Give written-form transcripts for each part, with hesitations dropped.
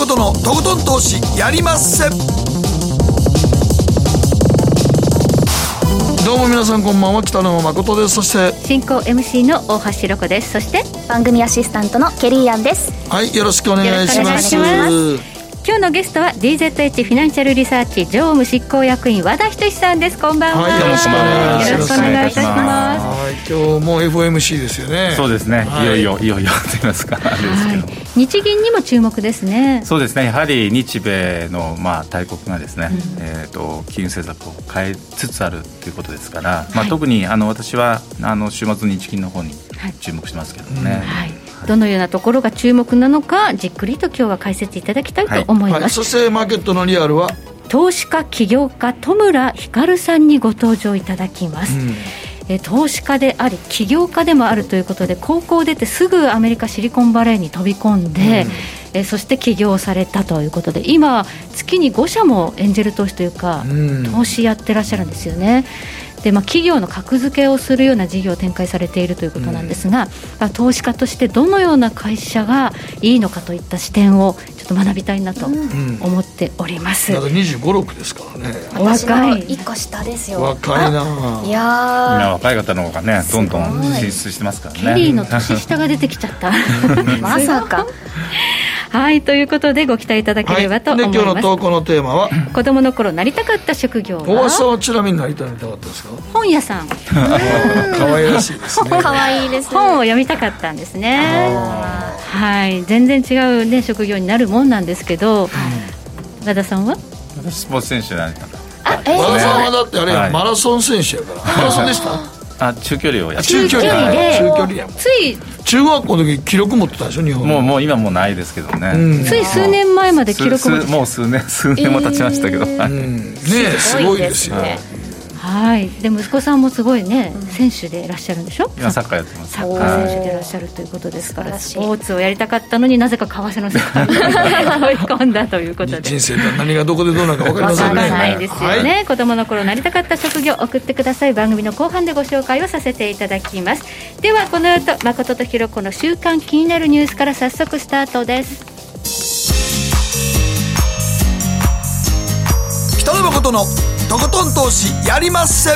誠のとことん投資やりまっせ。どうも皆さんこんばんは、北野誠です。そして進行 MC の大橋ロコです。そして番組アシスタントのケリーアンです。 はい、よろしくお願いします。 今日のゲストは DZH フィナンシャルリサーチ常務執行役員和田仁さんです。こんばんは、 はい、よろしくお願いします。 よろしくお願いいたします。 はい、今日も FOMC ですよね。 そうですね、 はい、 いよいよと言いますか、あれですけど、 日銀にも注目ですね。 そうですね、やはり日米の、大国がですね、金融政策を変えつつあるということですから、特に私は週末日銀の方に注目しますけどね、 どのようなところが注目なのかじっくりと今日は解説いただきたいと思います。 そしてマーケットのリアルは投資家起業家戸村光さんにご登場いただきます。投資家であり起業家でもあるということで、高校出てすぐアメリカシリコンバレーに飛び込んで、そして起業されたということで、今月に5社もエンジェル投資というか、投資やってらっしゃるんですよね。で企業の格付けをするような事業を展開されているということなんですが、投資家としてどのような会社がいいのかといった視点をちょっと学びたいなと思っております。 まだ25、6ですからね。 私の1個下ですよ。 若いな。 いや若い方の方がねどんどん進出してますからね。 ケリーの年下が出てきちゃったまさかはい、ということでご期待いただければと思います。 で今日の投稿のテーマは子供の頃なりたかった職業は。 大橋さんはちなみになりたかったですか？ 本屋さん可愛らしいですね。 可愛いです。 本を読みたかったんですね。はい、全然違う、ね、職業になるもんなんですけど、和田さんは？ 私スポーツ選手になりたかった。 和田さんはだってあれ、マラソン選手やから。マラソンでした？ 中距離をやって中距離でつい中学校の時記録持ってたでしょ、日本。 もう今もうないですけどね、 つい数年前まで記録もう数年も経ちましたけど、 ね、すごいですよ。 はい、で息子さんもすごいね、選手でいらっしゃるんでしょ。 今サッカーやってます。 サッカー選手でいらっしゃるということですから、スポーツをやりたかったのになぜか為替の世界に追い込んだということで、 人生が何がどこでどうなるか分かりませんね。 分からないですよね、子供の頃なりたかった職業送ってください。番組の後半でご紹介をさせていただきます。ではこの後、誠とひろ子の週刊気になるニュースから早速スタートです。 北野誠のとことん投資やりまっせ。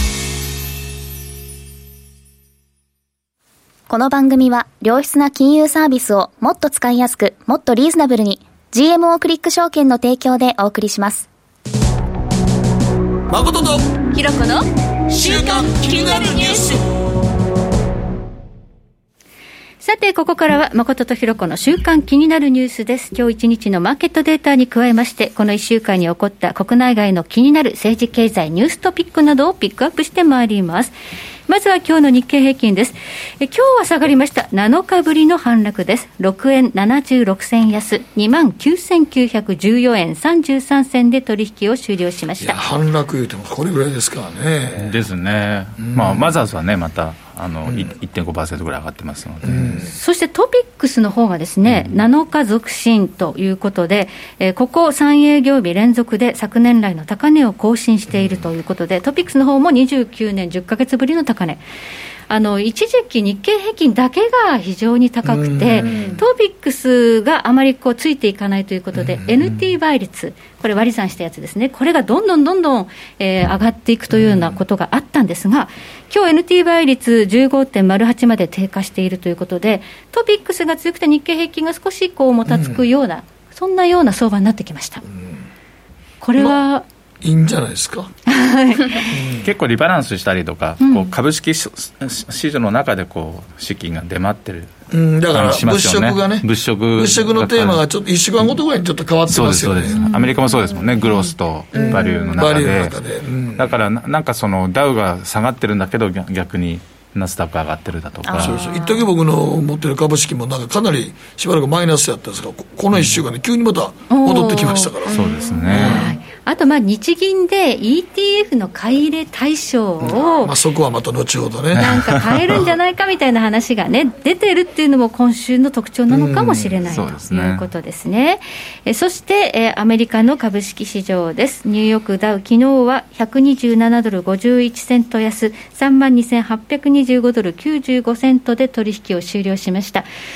この番組は良質な金融サービスをもっと使いやすく、もっとリーズナブルに GMO クリック証券の提供でお送りします。 誠とひろ子の週刊気になるニュース。 さてここからは誠とひろ子の週刊気になるニュースです。今日一日のマーケットデータに加えまして、この1週間に起こった国内外の気になる政治経済ニューストピックなどをピックアップしてまいります。まずは今日の日経平均です。今日は下がりました。7日ぶりの反落です。6円76銭安、29,914円33銭で取引を終了しました。 反落言うてもこれぐらいですからね。 ですね、マザーズはねまた1.5% ぐらい上がってますので、 そしてトピックスの方がですね、7日続伸ということで、ここ3営業日連続で昨年来の高値を更新しているということで、トピックスの方も29年10ヶ月ぶりの高値。一時期日経平均だけが非常に高くて、トピックスがあまりついていかないということで、NT 倍率、これ割り算したやつですね、これがどんどん上がっていくというようなことがあったんですが、今日 NT 倍率 15.08 まで低下しているということで、トピックスが強くて日経平均が少しもたつくような、そんなような相場になってきました。これは、 いいんじゃないですか。 結構リバランスしたりとか、株式市場の中で資金が出回ってる、 だから物色がね、物色のテーマがちょっと1週間ごとぐらいにちょっと変わってますよね。 そうです。アメリカもそうですもんね、グロースとバリューの中で、だからなんかダウが下がってるんだけど逆にナスダック上がってるだとか。 一時僕の持ってる株式もなんかかなりしばらくマイナスやったんですが、この1週間で急にまた戻ってきましたから。 そうですね。 あと日銀で ETF の買い入れ対象を、 そこはまた後ほどねなんか変えるんじゃないかみたいな話がね出てるっていうのも今週の特徴なのかもしれないということですね。そして、アメリカの株式市場です。ニューヨークダウ昨日は127ドル51セント安 32,825 ドル95セントで取引を終了しました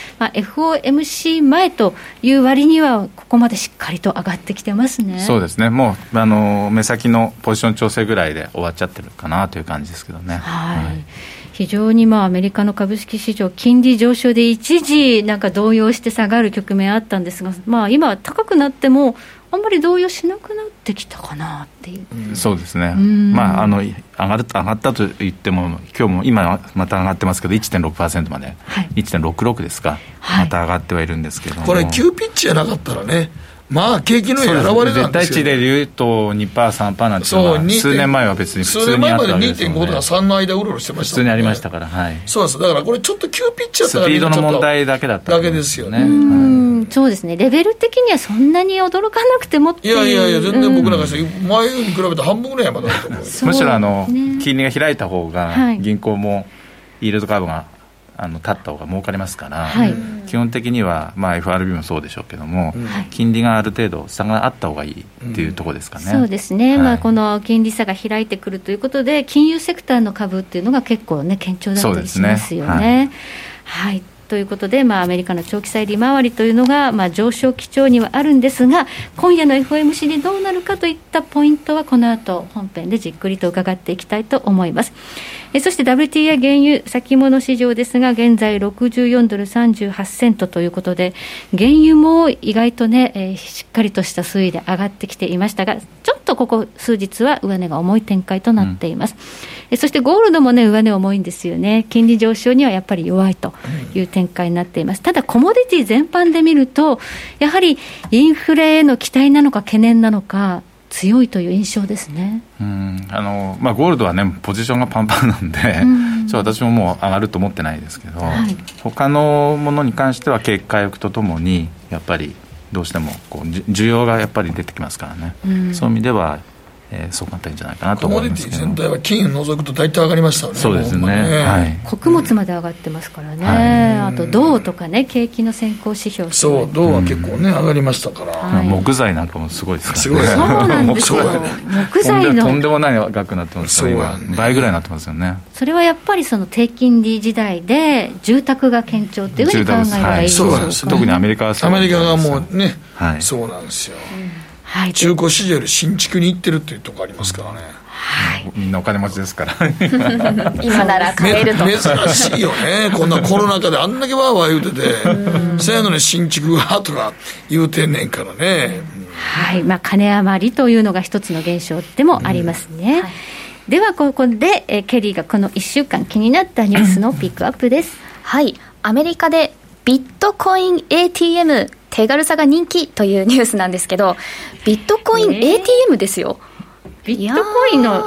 。FOMC 前という割にはここまでしっかりと上がってきてますね。 そうですね。もう目先のポジション調整ぐらいで終わっちゃってるかなという感じですけどね。 非常にアメリカの株式市場金利上昇で一時なんか動揺して下がる局面あったんですが、今は高くなってもあんまり動揺しなくなってきたかなっていう、 そうですね。上がったと言っても今日も今また上がってますけど 1.6% まで、1.66 ですか、また上がってはいるんですけども、 これ急ピッチじゃなかったらね、景気の現れなんですよ。 絶対値で言うと 2%、3% なんていうのは数年前は別に普通にあったわけですよね。 数年前まで 2.5 とか3の間うろうろしてましたもんね。 普通にありましたから、 そうです。だからこれちょっと急ピッチやったらスピードの問題だけだっただけですよね。 そうですね。レベル的にはそんなに驚かなくてもっていう。 いや全然僕なんかして前に比べて半分ぐらいまでだと思う。 むしろ金利が開いた方が銀行もイールドカーブが立った方が儲かりますから、基本的には、FRB もそうでしょうけども、金利がある程度差があった方がいいっていうところですかね。 そうですね、この金利差が開いてくるということで金融セクターの株っていうのが結構ね堅調だったりしますよね。ということで、アメリカの長期債利回りというのが、上昇基調にはあるんですが、今夜の FOMC でどうなるかといったポイントはこの後本編でじっくりと伺っていきたいと思います。そして WTI 原油先物市場ですが、現在64ドル38セントということで、原油も意外とね、しっかりとした推移で上がってきていましたが、ちょっとここ数日は上値が重い展開となっています。そしてゴールドもね、上値重いんですよね。金利上昇にはやっぱり弱いという展開になっています。ただコモディティ全般で見ると、やはりインフレへの期待なのか懸念なのか強いという印象ですね。 ゴールドはねポジションがパンパンなんで、私ももう上がると思ってないですけど、他のものに関しては景気回復とともにやっぱりどうしても需要がやっぱり出てきますからね、そういう意味ではそう簡単いいんじゃないかなと思いますけど、 コモディティ全体は金を除くと大体上がりましたよね。 そうですね、 穀物まで上がってますからね、あと銅とかね、景気の先行指標、 そう銅は結構ね、上がりましたから、 木材なんかもすごいですからね。 すごいそうなんですよ木材のとんでもない額になってますから、今倍ぐらいになってますよね。 それはやっぱりその低金利時代で住宅が堅調っていうふうに考えればいいでしょうかね。 特にアメリカはアメリカがもうね、そうなんですよ、中古市場より新築に行ってるっていうところありますからね。 みんなお金持ちですから今なら買えると珍しいよね。こんなコロナ禍であんだけわーわー言うててせやのに新築がとか言うてんねんからね。 金余りというのが一つの現象でもありますね。ではここで、ケリーがこの1週間気になったニュースのピックアップです。 アメリカでビットコイン ATM 手軽さが人気というニュースなんですけど、ビットコイン ATM ですよ。 ビットコインの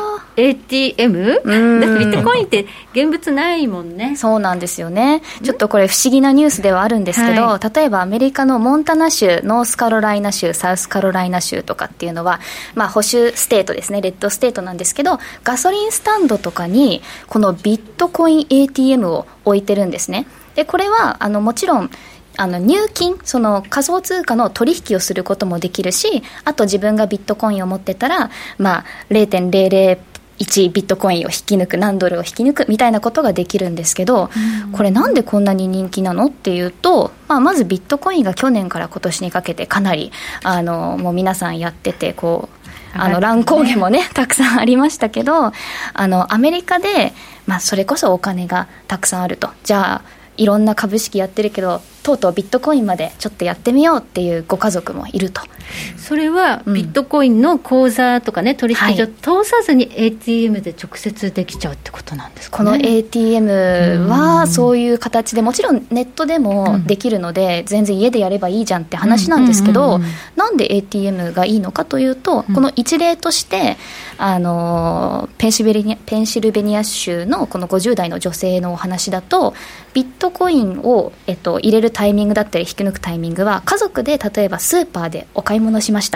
ATM？ だってビットコインって現物ないもんね。 そうなんですよね。ちょっとこれ不思議なニュースではあるんですけど、例えばアメリカのモンタナ州、ノースカロライナ州、サウスカロライナ州とかっていうのは、保守ステートですね、レッドステートなんですけど、ガソリンスタンドとかにこのビットコイン ATM を置いてるんですね。でこれはもちろん入金、その仮想通貨の取引をすることもできるし、あと自分がビットコインを持ってたら、0.001 ビットコインを引き抜く、何ドルを引き抜くみたいなことができるんですけど、これなんでこんなに人気なのっていうと、まずビットコインが去年から今年にかけてかなりもう皆さんやってて、乱高下もねたくさんありましたけど、アメリカで、それこそお金がたくさんあると、じゃあいろんな株式やってるけどとうとうビットコインまでちょっとやってみようっていうご家族もいると。 それはビットコインの口座とかね、取引所通さずに ATM で直接できちゃうってことなんですかね。 この ATM はそういう形でもちろんネットでもできるので、全然家でやればいいじゃんって話なんですけど、なんで ATM がいいのかというと、この一例としてペンシルベニア州のこの50代の女性のお話だと、ビットコインを、入れるタイミングだったり引き抜くタイミングは、家族で例えばスーパーでお買い物しました。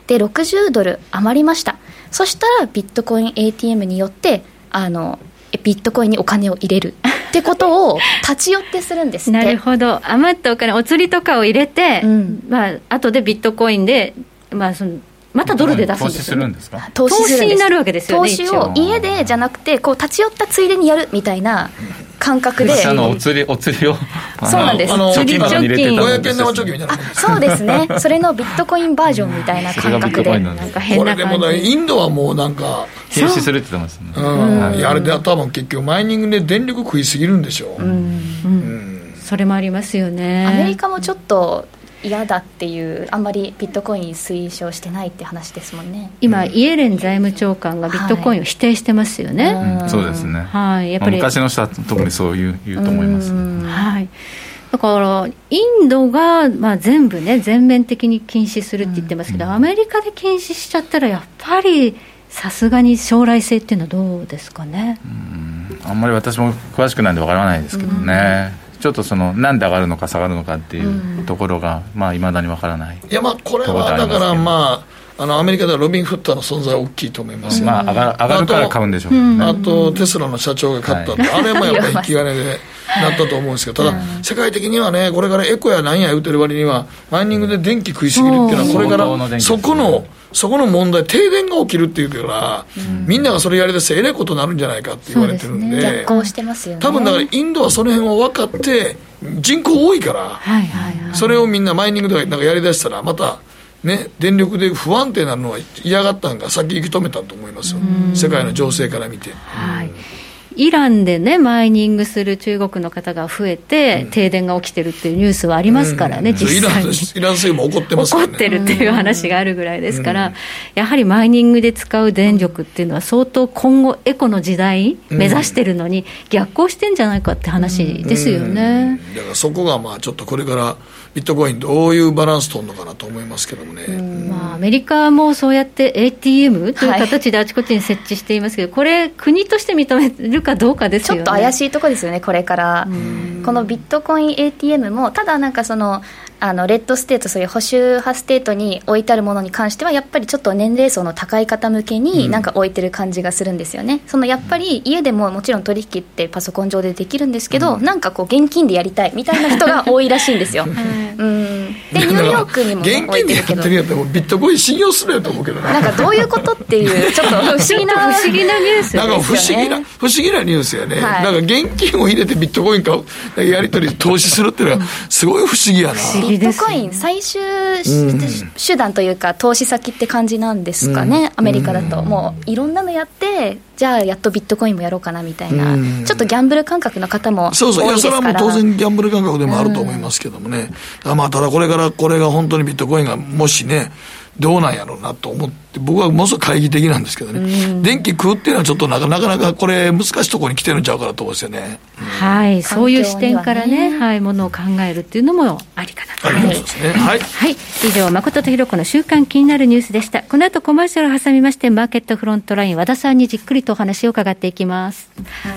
で60ドル余りました。そしたらビットコイン ATM によってビットコインにお金を入れるってことを立ち寄ってするんですって。 なるほど。余ったお金、お釣りとかを入れて、後でビットコインで、またドルで出すんですよね。投資になるわけですよね。 投資を家でじゃなくてこう立ち寄ったついでにやるみたいな感覚で、 お釣りをそうなんです。 貯金箱に入れてた 500円玉貯金みたいな。 そうですね。それのビットコインバージョンみたいな感覚で、 なんか変な感じ。 これでもインドはもうなんか禁止するって言ってますね。 あれで多分結局マイニングで電力食いすぎるんでしょう。 それもありますよね。 アメリカもちょっと嫌だっていう、あんまりビットコイン推奨してないって話ですもんね。 今イエレン財務長官がビットコインを否定してますよね。 そうですね。 はい、やっぱり昔の人は特にそう言うと思いますね。 はい。だからインドが全部ね全面的に禁止するって言ってますけど、アメリカで禁止しちゃったらやっぱりさすがに将来性っていうのはどうですかね。 あんまり私も詳しくないんでわからないですけどね。ちょっとなんで上がるのか下がるのかっていうところが未だにわからない。 いやこれはだからアメリカではロビン・フッターの存在は大きいと思いますよ。 上がるから買うんでしょうね。 あとテスラの社長が買ったって、あれもやっぱり引き金でなったと思うんですけど、ただ世界的にはね、これからエコや何や言うてる割にはマイニングで電気食いすぎるっていうのは、これからそこの問題、停電が起きるっていうから、みんながそれやりだしてえらいことになるんじゃないかって言われてるんで、 逆行してますよね。 多分だからインドはその辺を分かって人口多いから、それをみんなマイニングでなんかやりだしたらまたね、電力で不安定なのは嫌がったんが先行き止めたと思いますよ、世界の情勢から見て。 イランでねマイニングする中国の方が増えて、停電が起きてるっていうニュースはありますからね、実際にイラン政府も怒ってますからね。 怒ってるっていう話があるぐらいですから、やはりマイニングで使う電力っていうのは相当今後エコの時代目指してるのに逆行してんじゃないかって話ですよね。 だからそこがちょっとこれからビットコインどういうバランス取るのかなと思いますけどもね。 アメリカもそうやって ATM という形であちこちに設置していますけど、これ国として認めるかどうかですよね。 ちょっと怪しいところですよね、これから。このビットコイン ATM もただなんかレッドステート、そういう保守派ステートに置いてあるものに関してはやっぱりちょっと年齢層の高い方向けになんか置いてる感じがするんですよね。やっぱり家でももちろん取引ってパソコン上でできるんですけど、なんか現金でやりたいみたいな人が多いらしいんですよ。でニューヨークにも置いてるけど、 現金でやってるやつビットコイン信用するやと思うけどね。 なんかどういうことっていうちょっと不思議なニュースですよね。 なんか不思議なニュースやね。なんか現金を入れてビットコイン買うやり取り投資するっていうのはすごい不思議やな。 ビットコイン最終手段というか投資先って感じなんですかね、アメリカだと。もういろんなのやってじゃあやっとビットコインもやろうかなみたいな、ちょっとギャンブル感覚の方も多いですから。 いやそれはもう当然ギャンブル感覚でもあると思いますけどもね。ただこれからこれが本当にビットコインがもしねどうなんやろうなと思って、僕はものすごく懐疑的なんですけどね、電気食うっていうのはちょっとなかなかこれ難しいところに来てるんちゃうかなと思うんですよね。 そういう視点からね、ものを考えるっていうのもありかなと。以上誠とひろ子の週間気になるニュースでした。この後コマーシャルを挟みましてマーケットフロントライン和田さんにじっくりとお話を伺っていきます。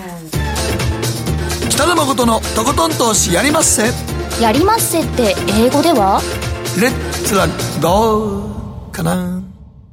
北野誠のとことん投資やりまっせ。 やりまっせって英語ではレッツはどうかな。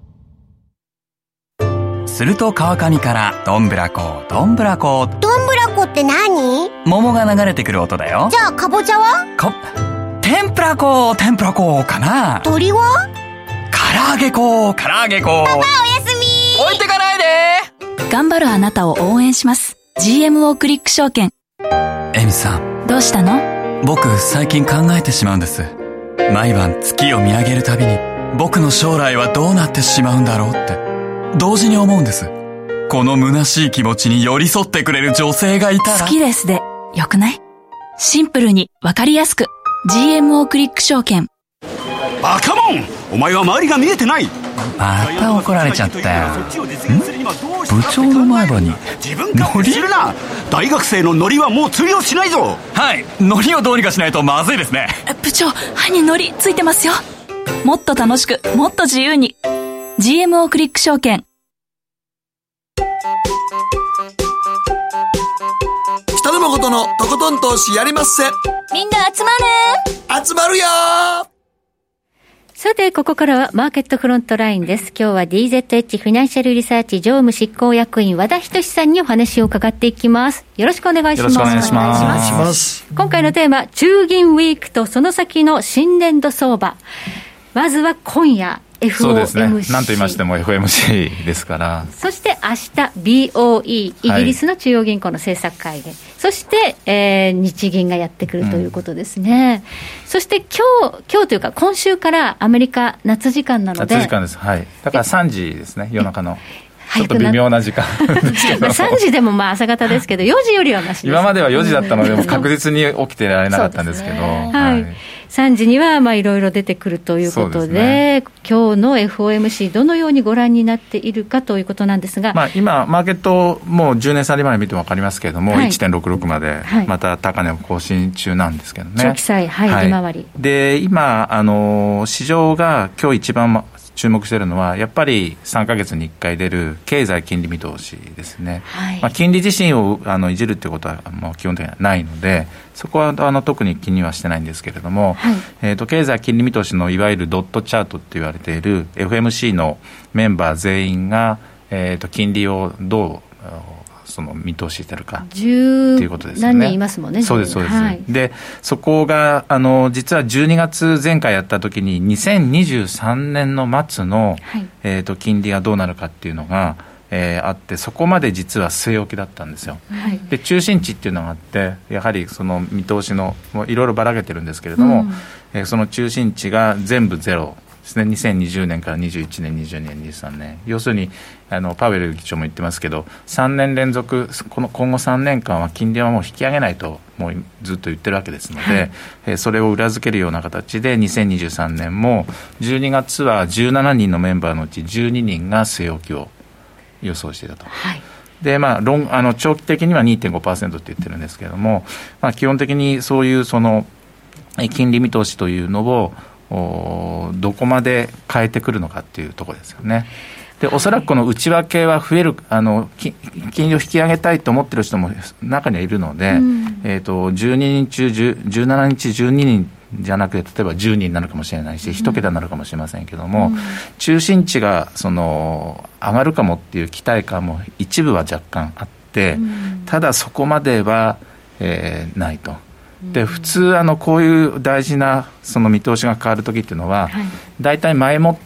すると川上からどんぶらこどんぶらこ。 どんぶらこって何？ 桃が流れてくる音だよ。 じゃあかぼちゃは？ 天ぷらこ天ぷらこかな。 鳥は？ 唐揚げこ唐揚げこ。 パパおやすみ。 置いてかないで。 頑張るあなたを応援します。 GMO クリック証券。 エミさん、 どうしたの？ 僕最近考えてしまうんです。毎晩月を見上げるたびに僕の将来はどうなってしまうんだろうって同時に思うんです。この虚しい気持ちに寄り添ってくれる女性がいたら。 好きですでよくない？シンプルにわかりやすく GMO クリック証券。 バカモン、お前は周りが見えてない。 また怒られちゃったよ。部長の前歯に自分勝手するな。大学生のノリはもう通用しないぞ。 はい、ノリをどうにかしないとまずいですね。 部長、歯にノリついてますよ。もっと楽しくもっと自由に GMO クリック証券。 北野誠のとことん投資やりまっせ。 みんな集まるよ。 さて、ここからはマーケットフロントラインです。今日は DZH フィナンシャルリサーチ常務執行役員和田仁さんにお話を伺っていきます。よろしくお願いします。 よろしくお願いします。 今回のテーマ、中銀ウィークとその先の新年度相場。まずは今夜、FOMC。 そうですね。何と言いましても FOMC ですから。 そして明日 BOE、イギリスの中央銀行の政策会議。そして、日銀がやってくるということですね。そして今日というか今週からアメリカ夏時間なので。 夏時間です。はい。だから3時ですね、夜中の。ちょっと微妙な時間ですけど 3時でもまあ朝方ですけど4時よりはマシです。 今までは4時だったのでも確実に起きてられなかったんですけど、 はい、3時にはまあいろいろ出てくるということで、今日の FOMC どのようにご覧になっているかということなんですが、 まあ、今マーケットもう10年差利回り見ても分かりますけれども、はい、1.66 までまた高値を更新中なんですけどね、 長期債、はいはい、利回りで今市場が今日一番注目しているのはやっぱり3ヶ月に1回出る経済金利見通しですね、はいまあ、金利自身をいじるということはもう基本的にはないのでそこは特に気にはしてないんですけれども、はい経済金利見通しのいわゆるドットチャートと言われている FMC のメンバー全員が、金利をどうその見通ししてるかということですよね。 何人いますもんね。 そうですそうです、はい、でそこが実は12月前回やった時に2023年の末の、はい金利がどうなるかっていうのが、あってそこまで実は据え置きだったんですよ、はい、で中心値っていうのがあってやはりその見通しのいろいろばらけてるんですけれども、その中心値が全部ゼロですね。2020年から21年22年23年要するにパウエル議長も言ってますけど3年連続今後3年間は金利はもう引き上げないともうずっと言ってるわけですので、はい、それを裏付けるような形で2023年も12月は17人のメンバーのうち12人が据え置きを予想していたと、はいでまあ、長期的には 2.5% って言ってるんですけれども、まあ、基本的にそういうその金利見通しというのをどこまで変えてくるのかっていうところですよね。でおそらくこの内訳は増える金利を引き上げたいと思っている人も中にはいるので、12人中17人中12人じゃなくて例えば10人になるかもしれないし1桁になるかもしれませんけども、中心値が上がるかもっていう期待感も一部は若干あって、ただそこまでは、ないと。で普通こういう大事なその見通しが変わるときっていうのは、はい、大体前もって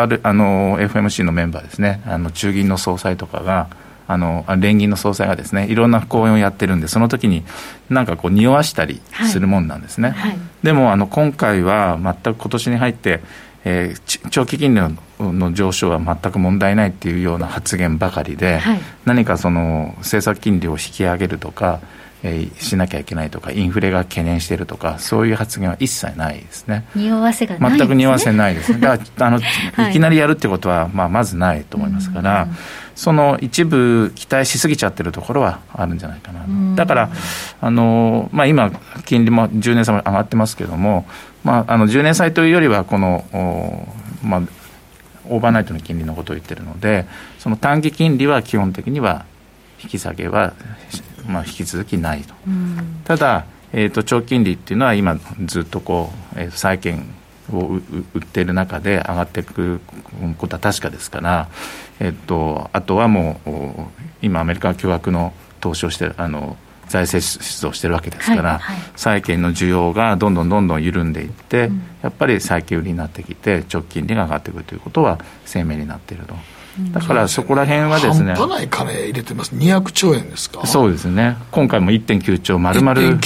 FMC のメンバーですね中銀の総裁とかが連銀の総裁がですねいろんな講演をやってるんでその時になんかこう匂わしたりするもんなんですね、はいはい、でも今回は全く今年に入って、長期金利の上昇は全く問題ないっていうような発言ばかりで、はい、何かその政策金利を引き上げるとかしなきゃいけないとかインフレが懸念しているとかそういう発言は一切ないですね。 匂わせがないですね。 全く匂わせないですね。だからはい、いきなりやるってことは、まずないと思いますから、その一部期待しすぎちゃってるところはあるんじゃないかな。だから今金利も10年債も上がってますけども、10年債というよりはこのオーバーナイトの金利のことを言ってるのでその短期金利は基本的には引き下げは引き続きないと、ただ、長期金利っていうのは今ずっと債券を売っている中で上がっていくことは確かですから、あとはもう今アメリカは巨額の投資をして財政出動してるわけですから、債券の需要がどんどん緩んでいって、やっぱり債券売りになってきて長期金利が上がってくるということは鮮明になっていると。だからそこら辺はですね半端ない金入れてます。200兆円ですか。 そうですね。今回も 1.9 兆丸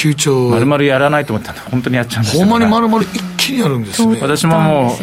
々やらないと思ったら本当にやっちゃうんですよ。 ほんまに丸々一気にやるんですね。 私ももう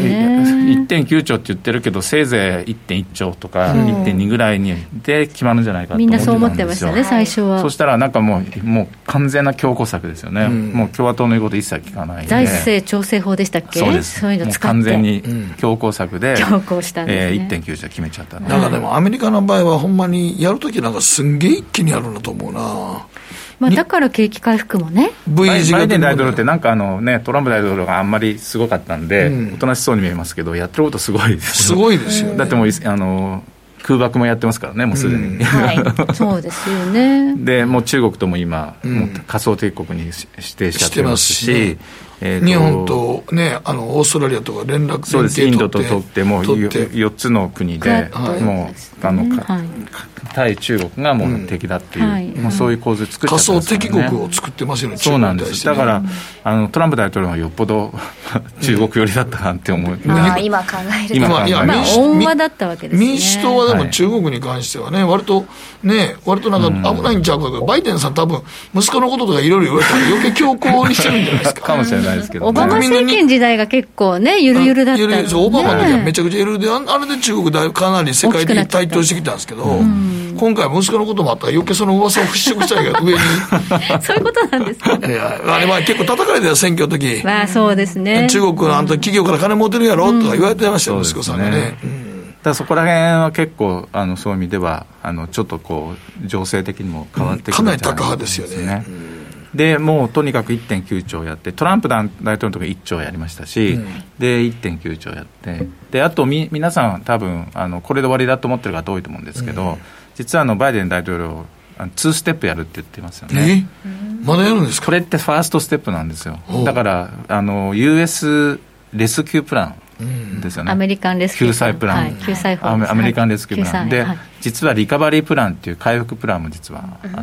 1.9 兆って言ってるけどせいぜい 1.1 兆とか 1.2 ぐらいにで決まるんじゃないかと思ってたんですよ。 みんなそう思ってましたね最初は。 そしたらなんかもう完全な強硬策ですよね、もう共和党の言うこと一切聞かないで。 財政調整法でしたっけ。 そうです。 そういうの使ってもう完全に強硬策で、 強硬したんですね。 1.9 兆決めちゃったなんかでもアメリカの場合はほんまにやるときなんかすんげえ一気にやるんだと思うな。 だから景気回復もね。 バイデン大統領ってなんかトランプ大統領があんまりすごかったんで、おとなしそうに見えますけどやってることすごいです。 すごいですよね。 だってもう空爆もやってますからねもうすでに、 そうですよね。 でもう中国とも今、もう仮想帝国に指定しちゃってますし、 日本と、ね、オーストラリアとか連絡そうです、インドと取ってもう4つの国で、もう対中国がもう敵だっていう、もうそういう構図作っちゃってますからね。 仮想敵国を作ってますよね。 そうなんです。だからトランプ大統領はよっぽど中国寄りだったなって思う、 今考えると温和だったわけですね。 民主党はでも中国に関してはね、割となんか危ないんちゃうかと、バイデンさん多分息子のこととかいろいろ言われたら余計強硬にしてるんじゃないですかかもしれないですけど、 オバマ政権時代が結構ねゆるゆるだったので、 オバマの時はめちゃくちゃゆるで、あれで中国かなり世界的に台頭してきたんですけど、今回息子のこともあったら余計その噂を払拭したいが上にそういうことなんですか。 あれは結構叩かれたよ、選挙の時。 そうですね、 中国の企業から金持ってるやろとか言われてましたよ、息子さんがね。 だからそこら辺は結構そういう意味ではちょっとこう情勢的にも変わってくるんじゃないかかなり高派ですよね。 でもうとにかく 1.9 兆やって、トランプ大統領の時1兆やりましたし、で 1.9 兆やって、であと皆さん多分これで終わりだと思ってる方多いと思うんですけど、実はバイデン大統領2ステップやるって言ってますよね。 まだやるんですか。 これってファーストステップなんですよ。だからUS レスキュープランですよね。 アメリカンレスキュー救済プラン、 救済法、 アメリカンレスキュープランで、実はリカバリープランっていう回復プランも実はあって、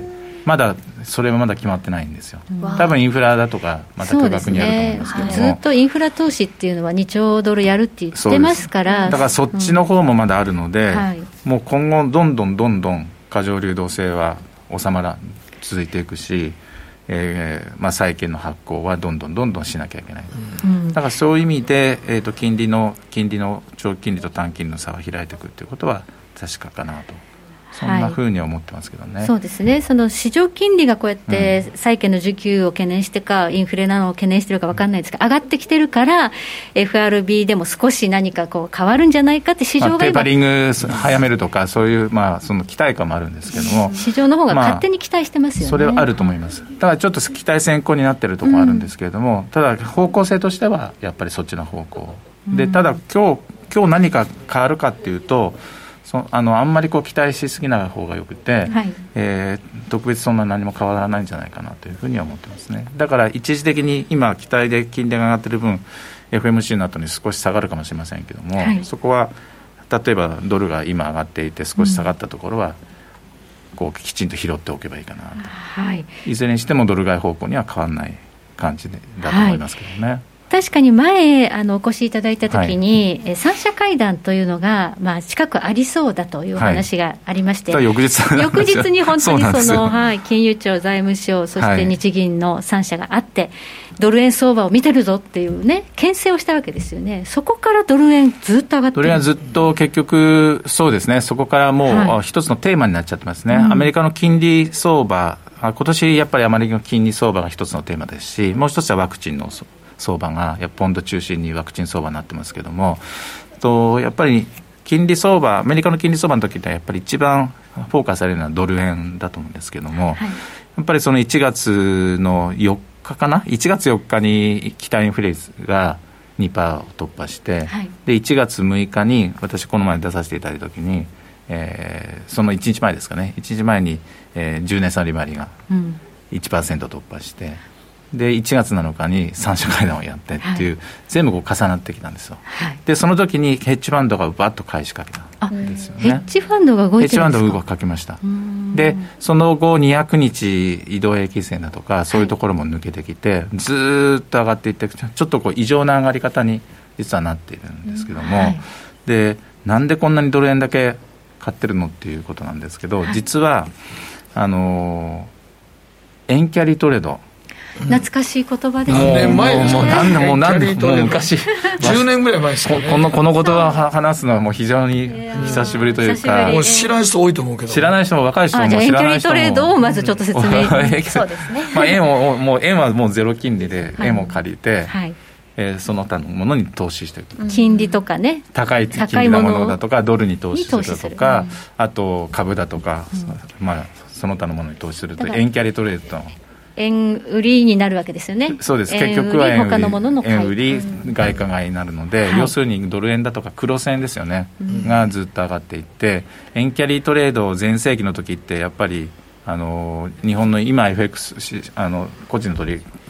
まだそれはまだ決まってないんですよ。多分インフラだとかまた巨額にやると思うんですけども、 ずっとインフラ投資っていうのは2兆ドルやるって言ってますから、 だからそっちの方もまだあるので、もう今後どんどん過剰流動性は続いていくし、債券の発行はどんどんしなきゃいけない、だからそういう意味で、金利の長期金利と短金利の差は開いていくということは確かかなと、そんなふうに思ってますけどね。 そうですね。その市場金利がこうやって債券の需給を懸念してか、インフレなのを懸念してるか分かんないですが、上がってきてるから FRB でも少し何かこう変わるんじゃないかって市場がテーパリング早めるとか、そういう、その期待感もあるんですけども、 市場の方が勝手に期待してますよね。 それはあると思います。だからちょっと期待先行になってるところあるんですけれども、ただ方向性としてはやっぱりそっちの方向で、ただ今日何か変わるかっていうと、あんまり期待しすぎない方がよくて、特別そんな何も変わらないんじゃないかなというふうには思ってますね。だから一時的に今期待で金利が上がっている分 FMC の後に少し下がるかもしれませんけども、そこは例えばドルが今上がっていて少し下がったところは、きちんと拾っておけばいいかなと、いずれにしてもドル買い方向には変わらない感じだと思いますけどね。 確かに前お越しいただいたときに、三者会談というのが、近くありそうだという話がありまして、 翌日に本当に金融庁、財務省、そして日銀の3社があって、ドル円相場を見てるぞっていうね、牽制をしたわけですよね。そこからドル円ずっと上がってる。 ドル円はずっと結局そうですね、そこからもう一つのテーマになっちゃってますね。アメリカの金利相場、今年やっぱりアメリカの金利相場が一つのテーマですし、もう一つはワクチンの相場がポンド中心にワクチン相場になってますけども、やっぱり金利相場、アメリカの金利相場の時ってやっぱり一番フォーカスされるのはドル円だと思うんですけども、やっぱりその1月の4日かな、1月4日に期待インフレ率が 2% を突破して、で1月6日に私この前出させていただいた時に、その1日前ですかね、1日前に、10年債利回りが 1% 突破して、で1月7日に3者会談をやってっていう、全部重なってきたんですよ、でその時にヘッジファンドがバッと返しかけたんですよね。 ヘッジファンドが動いてるんですか。 ヘッジファンドが動きかけました。でその後200日移動平均線だとかそういうところも抜けてきて、ずっと上がっていって、ちょっと異常な上がり方に実はなっているんですけども、でなんでこんなにドル円だけ買ってるのっていうことなんですけど、実は円キャリートレード、 懐かしい言葉ですね。もう昔 10年ぐらい前ですかね。 この言葉を話すのはもう非常に久しぶりというか、 もう知らない人多いと思うけど、 知らない人も若い人も知らない人も、 円キャリートレードをまずちょっと説明そうですね、 円はもうゼロ金利で円を借りて、その他のものに投資していく、 金利とかね、 高い金利のものだとかドルに投資するとか、あと株だとか、その他のものに投資すると円キャリートレードの円売りになるわけですよね。 そうです。結局は円売り外貨買いになるので、要するにドル円だとか黒線ですよね、がずっと上がっていって、円キャリートレード全盛期の時ってやっぱり日本の今 FX 個人の取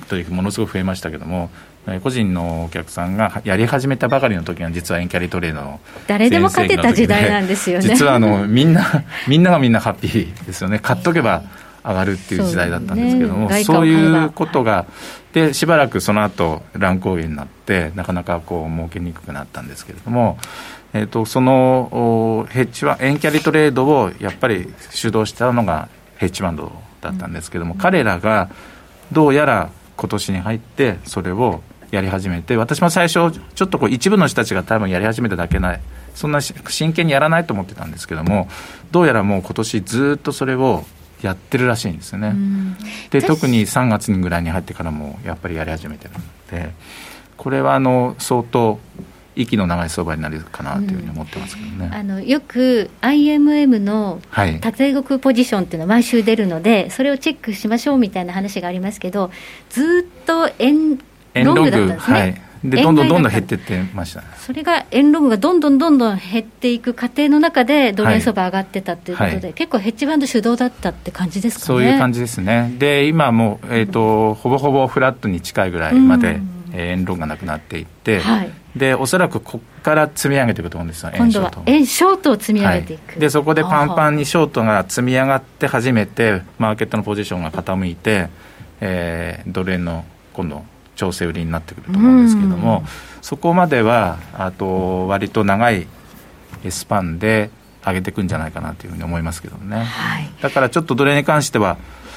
取引ものすごく増えましたけども、個人のお客さんがやり始めたばかりの時は実は円キャリートレードの誰でも勝てた時代なんですよね。 実はみんながみんなハッピーですよね。買っとけば上がるっていう時代だったんですけども、そういうことがでしばらくその後乱高下になってなかなかこう儲けにくくなったんですけれども、そのヘッジは円キャリートレードをやっぱり主導したのがヘッジファンドだったんですけども、彼らがどうやら今年に入ってそれをやり始めて、私も最初ちょっとこう一部の人たちが多分やり始めただけない、そんな真剣にやらないと思ってたんですけども、どうやらもう今年ずっとそれをやってるらしいんですよね。で特に3月ぐらいに入ってからもやっぱりやり始めてるので、これは相当息の長い相場になるかなというふうに思ってますけどね。 よく IMM の縦動くポジションっていうのは毎週出るので、それをチェックしましょうみたいな話がありますけど、ずっと円ロングだったんですね。 でどんどん減っていってました。 それが円ロングがどんどん減っていく過程の中でドル円相場上がってたということで、結構ヘッジファンド主導だったって感じですかね。 そういう感じですね。で今もほぼほぼフラットに近いぐらいまで、円ロンがなくなっていって、でおそらくここから積み上げていくと思うんですよ。 今度は円ショートを積み上げていく、 でそこでパンパンにショートが積み上がって初めてマーケットのポジションが傾いて、ドル円の今度調整売りになってくると思うんですけれども、そこまではあと割と長いスパンで上げていくんじゃないかなというふうに思いますけどね、だからちょっとドル円に関しては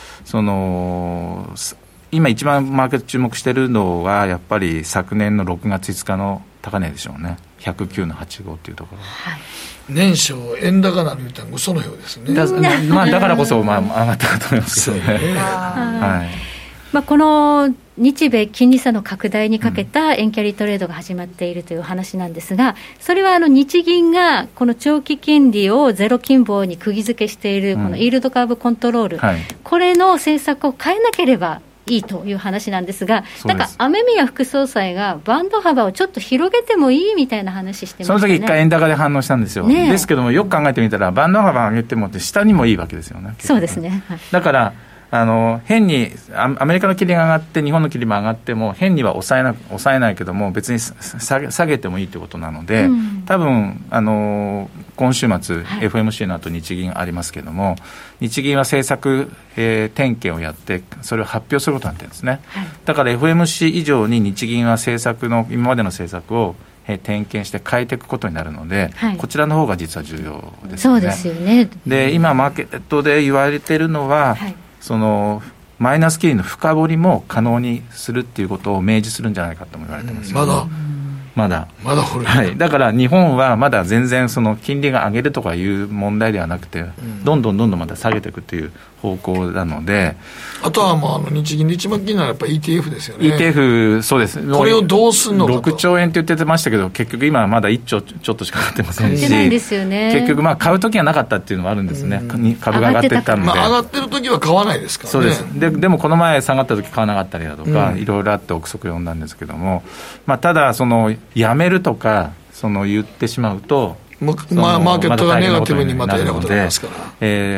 今一番マーケット注目しているのはやっぱり昨年の6月5日の高値でしょうね。109の85というところ、 年初円高なるみたいな嘘のようですね。 だからこそ上がったかと思いますけどね。 この日米金利差の拡大にかけた円キャリートレードが始まっているという話なんですが、それは日銀がこの長期金利をゼロ金棒に釘付けしているこのイールドカーブコントロール、これの政策を変えなければいいという話なんですが、なんか雨宮副総裁がバンド幅をちょっと広げてもいいみたいな話してましたね。 その時一回円高で反応したんですよ、ですけどもよく考えてみたらバンド幅上げてもって下にもいいわけですよね。 そうですね、 だから変にアメリカの金利が上がって日本の金利も上がっても変には抑えないけども別に下げてもいいということなので、多分今週末、FOMC の後日銀ありますけども、日銀は政策、点検をやってそれを発表することになってるんですね、だから FOMC 以上に日銀は政策の今までの政策を点検して変えていくことになるので、こちらの方が実は重要ですね。 そうですよね。 で今マーケットで言われているのは、マイナス金利の深掘りも可能にするっていうことを明示するんじゃないかとも言われてます、まだ掘る、 だから日本はまだ全然金利が上げるとかいう問題ではなくて、どんどんまた下げていくという方向なので、 あとは日銀で一番気になるのはやっぱり ETF ですよね。 ETF、そうです。 これをどうするのかと。 6兆円って言ってましたけど結局今はまだ1兆ちょっとしか買ってませんし、 ないですよね。 結局買う時がなかったっていうのはあるんですね、株が上がっていったので、 上がってる時は買わないですからね。 そうです。でもこの前下がった時買わなかったりだとか、いろいろあって憶測を呼んだんですけども、ただやめるとか言ってしまうとマーケットがネガティブにまたやることになりますから、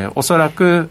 おそらく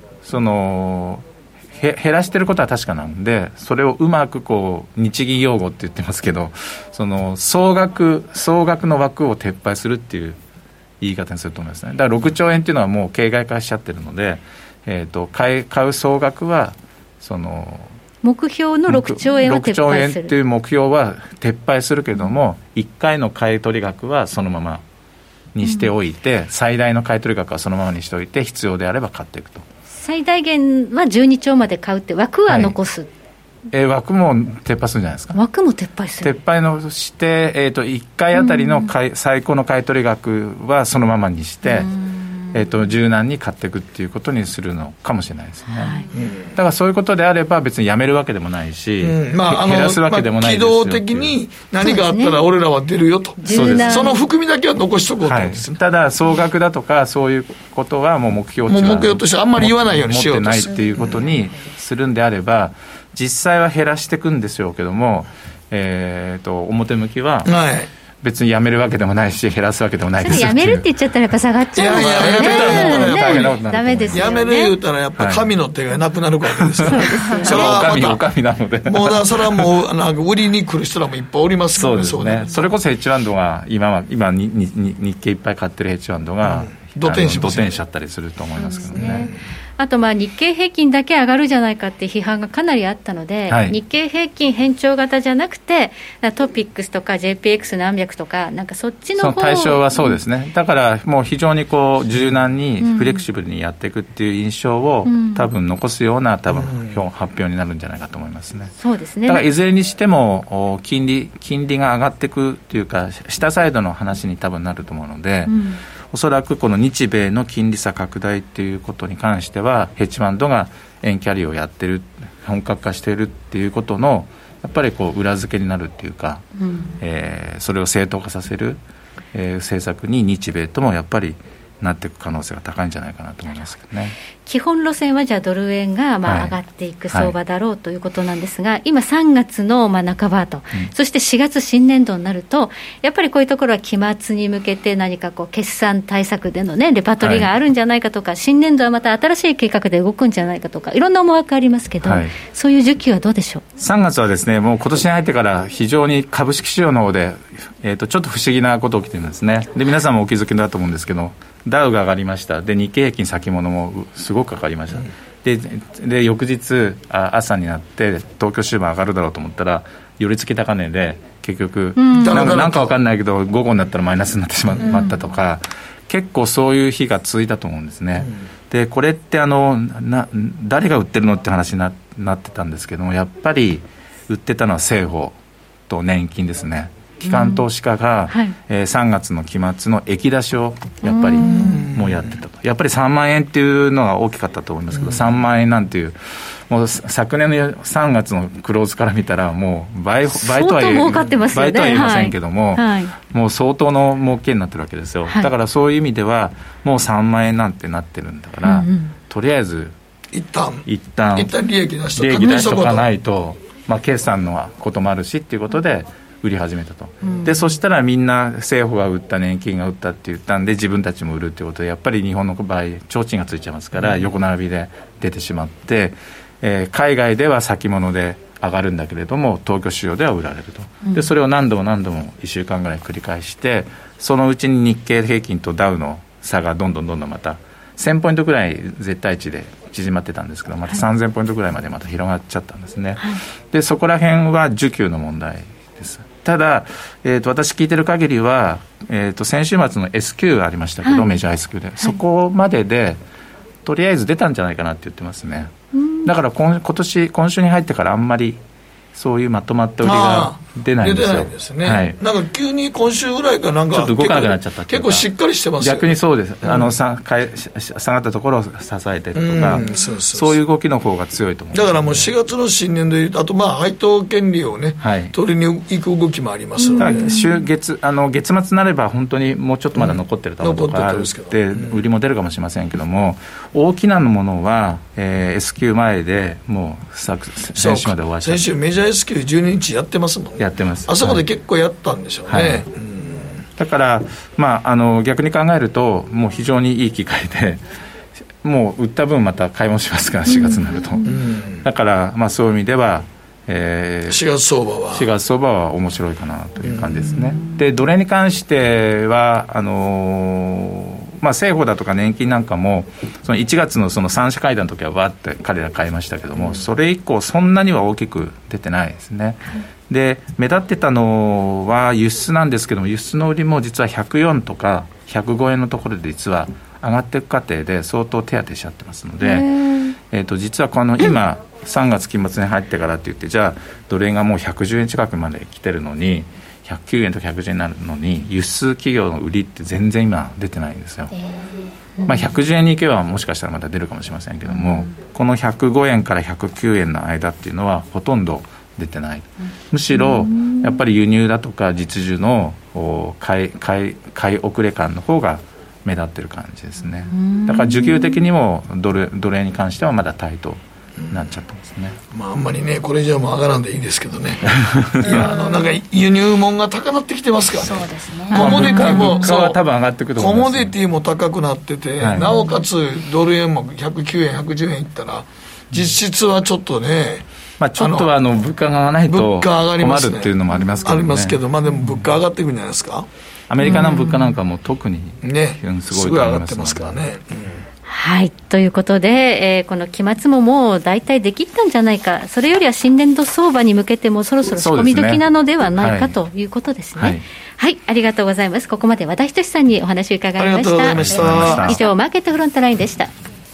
減らしてることは確かなので、それをうまく日銀用語って言ってますけど、総額の枠を撤廃するっていう言い方にすると思いますね。だから6兆円っていうのはもう形骸化しちゃってるので、買う総額は目標の6兆円を撤廃する。6兆円っていう目標は撤廃するけども、1回の買い取り額はそのままにしておいて、最大の買い取り額はそのままにしておいて、必要であれば買っていくと。 最大限は12兆まで買うって枠は残す、 枠も撤廃するんじゃないですか。 枠も撤廃する。 撤廃のして、1回あたりの最高の買い取り額はそのままにして、柔軟に買っていくっていうことにするのかもしれないですね、だからそういうことであれば別にやめるわけでもないし、減らすわけでもないですよ、 機動的に何かあったら俺らは出るよと、その含みだけは残しとこうと思うんですよ、 ただ総額だとかそういうことはもう目標としてあんまり言わないようにしようと持ってないっていうことにするんであれば、実際は減らしていくんでしょうけども、表向きは別にやめるわけでもないし減らすわけでもないです。 やめるって言っちゃったらやっぱ下がっちゃうので、ダメですよね。 やめる言うたらやっぱ神の手がなくなるわけですから、それはお神なのでもうだそれはもうなんか売りに来る人らもいっぱいおりますからね。 そうですね。それこそヘッジファンドが今日経いっぱい買ってるヘッジファンドが、土転しちゃったりすると思いますけどね。 あと日経平均だけ上がるじゃないかって批判がかなりあったので、日経平均変調型じゃなくてトピックスとか JPX 何百とかなんかそっちの方、 その対象はそうですね。だからもう非常に柔軟にフレキシブルにやっていくっていう印象を、多分残すような発表になるんじゃないかと思いますね。 そうですね。 だからいずれにしても金利が上がっていくっていうか下サイドの話に多分なると思うので、おそらくこの日米の金利差拡大っていうことに関してはヘッジファンドが円キャリーをやってる、本格化しているっていうことのやっぱり裏付けになるっていうか、それを正当化させる、政策に日米ともやっぱりなっていく可能性が高いんじゃないかなと思いますけどね。 基本路線はじゃあドル円が上がっていく相場だろうということなんですが、今3月の半ばと、そして4月新年度になるとやっぱりこういうところは期末に向けて何か決算対策でのレパートリーがあるんじゃないかとか、新年度はまた新しい計画で動くんじゃないかとかいろんな思惑ありますけど、そういう時期はどうでしょう。 3月はですね、もう今年に入ってから非常に株式市場の方で、ちょっと不思議なこと起きてるんですね。で皆さんもお気づきだと思うんですけど、ダウが上がりました。で日経平均先物もすごく上がりました。で翌日朝になって東京週間上がるだろうと思ったら寄り付き高値で結局なんか分かんないけど午後になったらマイナスになってしまったとか、結構そういう日が続いたと思うんですね。でこれって誰が売ってるのって話になってたんですけども、やっぱり売ってたのは政保と年金ですね。機関投資家が、3月の期末の液出しをやっぱりもうやってたと。やっぱり3万円っていうのが大きかったと思いますけど、3万円なんていうもう昨年の3月のクローズから見たらもう倍とは言いませんけども、もう相当の儲けになってるわけですよ。だからそういう意味ではもう3万円なんてなってるんだから、とりあえず一旦利益出しとかないと、決算のこともあるしっていうことで売り始めたと、でそしたらみんな政府が売った年金が売ったって言ったんで自分たちも売るっていうことで、やっぱり日本の場合提灯がついちゃいますから横並びで出てしまって、海外では先物で上がるんだけれども東京市場では売られると。でそれを何度も1週間ぐらい繰り返して、そのうちに日経平均とダウの差がどんどんまた1000ポイントぐらい絶対値で縮まってたんですけど、また3000ポイントぐらいまでまた広がっちゃったんですね。でそこら辺は需給の問題です。ただ、私聞いてる限りは、先週末の S q がありましたけど、メジャー S q で、そこまででとりあえず出たんじゃないかなって言ってますね。だから今週に入ってからあんまりそういうまとまった売りが出ないんですよ。 出てないですね、なんか急に今週ぐらいからなんかちょっと動かなくなっちゃったっていうか、 結構しっかりしてますよね。 逆にそうです、下がったところを支えてるとか、そういう動きの方が強いと思う。 だからもう4月の新年度であと配当権利をね、取りに行く動きもありますので、 月末になれば本当にもうちょっとまだ残ってるところがあるって売りも出るかもしれませんけども、大きなものは、S q 前でもう先週まで終わっちゃった。 先週メジャー S q 12日やってますもんね。 やってます。 あそこで結構やったんでしょうね、 だから、逆に考えるともう非常にいい機会でもう売った分また買い物しますから4月になると、だから、そういう意味では、 4月相場は面白いかなという感じですね。でドルに関しては政府だとか年金なんかもその1月のその3者会談の時はわーって彼ら買いましたけども、それ以降そんなには大きく出てないですね。で目立ってたのは輸出なんですけども、輸出の売りも実は104とか105円のところで実は上がっていく過程で相当手当てしちゃってますので、実はこの今3月期末に入ってからって言って、じゃあドル円がもう110円近くまで来てるのに109円とか110円になるのに輸出企業の売りって全然今出てないんですよ。110円に行けばもしかしたらまた出るかもしれませんけども、この105円から109円の間っていうのはほとんど出てない。むしろやっぱり輸入だとか実需の買い遅れ感の方が目立ってる感じですね。だから需給的にもドル円に関してはまだタイトなっちゃってますね。 まあ、あんまりねこれ以上も上がらんでいいですけどねいやなんか輸入物が高なってきてますからね。 そうですね。 コモディティも物価は多分上がってくると思います。 コモディティも高くなってて、 はい、 なおかつドル円も109円110円いったら実質はちょっとね、 まあ、ちょっとは物価が上がらないと困るっていうのもありますけどね。 ありますけど、まあ、でも物価上がっていくんじゃないですか。 アメリカの物価なんかも特にね、 すごいと思いますので、 上がってますからね。 はい、ということで、この期末ももう大体できったんじゃないか、それよりは新年度相場に向けてもそろそろ仕込み時なのではないかということですね。はい、はい、ありがとうございます。ここまで和田仁さんにお話を伺いました。ありがとうございました。以上マーケットフロントラインでした。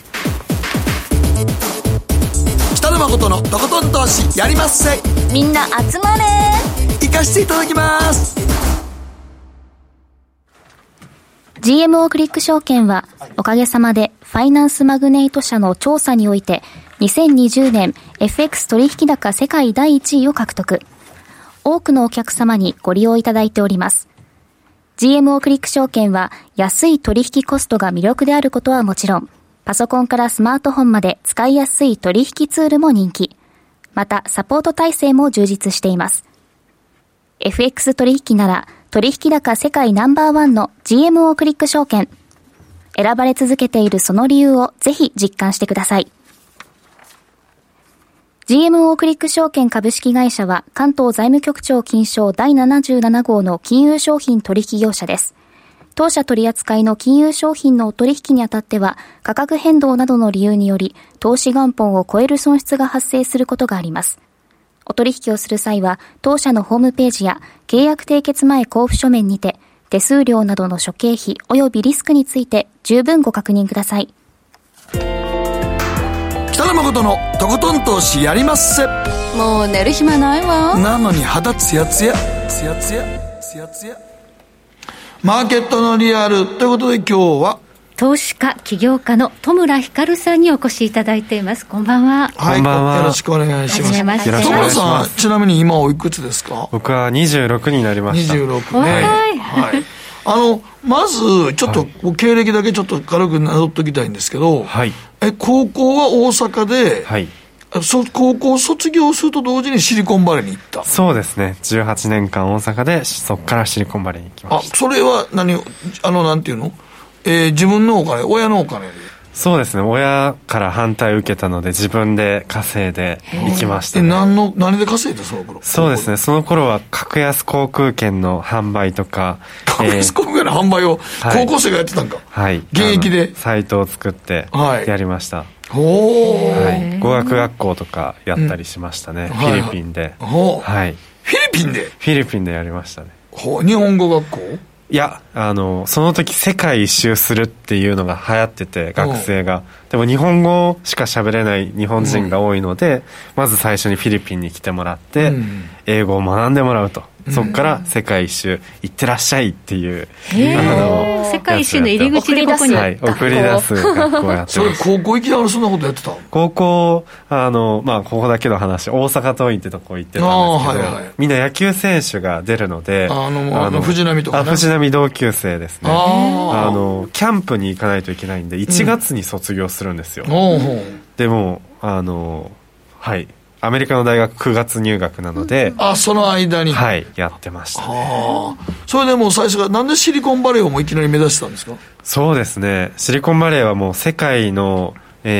北野誠のとことん投資やりまっせ。 みんな集まれ。 行かしていただきます。 GMO クリック証券はおかげさまでファイナンスマグネイト社の調査において2020年 FX 取引高世界第1位を獲得。多くのお客様にご利用いただいております。GMO クリック証券は安い取引コストが魅力であることはもちろん、パソコンからスマートフォンまで使いやすい取引ツールも人気。またサポート体制も充実しています。FX 取引なら取引高世界ナンバーワンの GMO クリック証券。選ばれ続けているその理由をぜひ実感してください。GMO クリック証券株式会社は関東財務局長金賞第77号の金融商品取引業者です。当社取扱いの金融商品の取引にあたっては価格変動などの理由により投資元本を超える損失が発生することがあります。お取引をする際は当社のホームページや契約締結前交付書面にて手数料などの諸経費及びリスクについて十分ご確認ください。 北野誠のとことん投資やりまっせ。 もう寝る暇ないわ。 なのに肌ツヤツヤツヤツヤツヤツヤ。 マーケットのリアルということで今日は投資家起業家の戸村光さんにお越しいただいています。こんばんは。 はい、こんばんは。よろしくお願いします。戸村さん、ちなみに今おいくつですか？ 僕は26になりました。 26ね。はい。まずちょっと経歴だけちょっと軽くなぞっときたいんですけど、はい、高校は大阪で、はい、高校卒業すると同時にシリコンバレーに行った。 そうですね。18年間大阪でそこからシリコンバレーに行きました。 それはなんていうの？自分のお金、親のお金で。 そうですね。親から反対を受けたので自分で稼いで行きましたね。 何で稼いだその頃？ そうですね。その頃は格安航空券の販売とか、 格安航空券の販売を高校生がやってたんか。 はい。 現役でサイトを作ってやりました。はい。語学学校とかやったりしましたね。フィリピンで。はい。 フィリピンでやりましたね。 日本語学校？ いや、その時世界一周するっていうのが流行ってて、学生が。でも日本語しか喋れない日本人が多いので、まず最初にフィリピンに来てもらって、英語を学んでもらうと。そこから世界一周行ってらっしゃいっていう、 世界一周の入り口でここに、 はい、送り出す学校をやってます。 それ高校行きながらそんなことやってた？ 高校ここだけの話、大阪桐蔭ってとこ行ってたんですけど、みんな野球選手が出るので、 藤波とかね。 藤波同級生ですね。キャンプに行かないといけないんで1月に卒業するんですよ。でもはい、アメリカの大学9月入学なので、 その間に、 はい、やってましたね。 それでもう最初からなんでシリコンバレーをもういきなり目指したんですか？ そうですね。シリコンバレーはもう世界の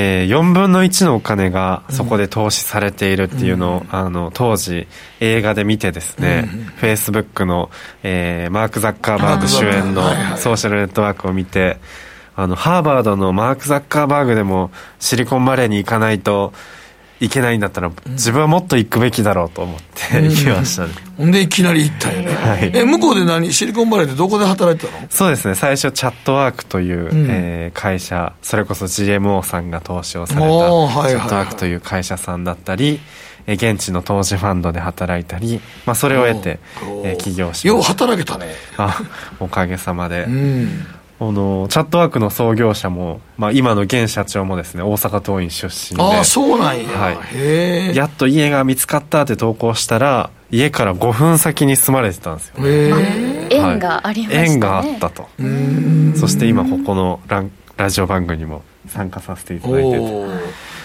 4分の1のお金がそこで投資されているっていうのを、当時映画で見てですね、フェイスブックの、マーク・ザッカーバーグ主演のソーシャルネットワークを見て、ハーバードのマーク・ザッカーバーグでもシリコンバレーに行かないといけないんだったら自分はもっと行くべきだろうと思って行きましたね。 ほんでいきなり行ったよね。はい、向こうでシリコンバレーでどこで働いてたの？ そうですね。最初チャットワークという、会社、それこそ GMO さんが投資をされたチャットワークという会社さんだったり、現地の投資ファンドで働いたり、それを得て、起業しました。 よう働けたね。 おかげさまで。チャットワークの創業者も、今の現社長もですね、大阪桐蔭出身で。 そうなんや。 はい。やっと家が見つかったって投稿したら、家から5分先に住まれてたんですよ。 縁がありましたね。 縁があったと。そして今ここのラジオ番組にも参加させていただいてて。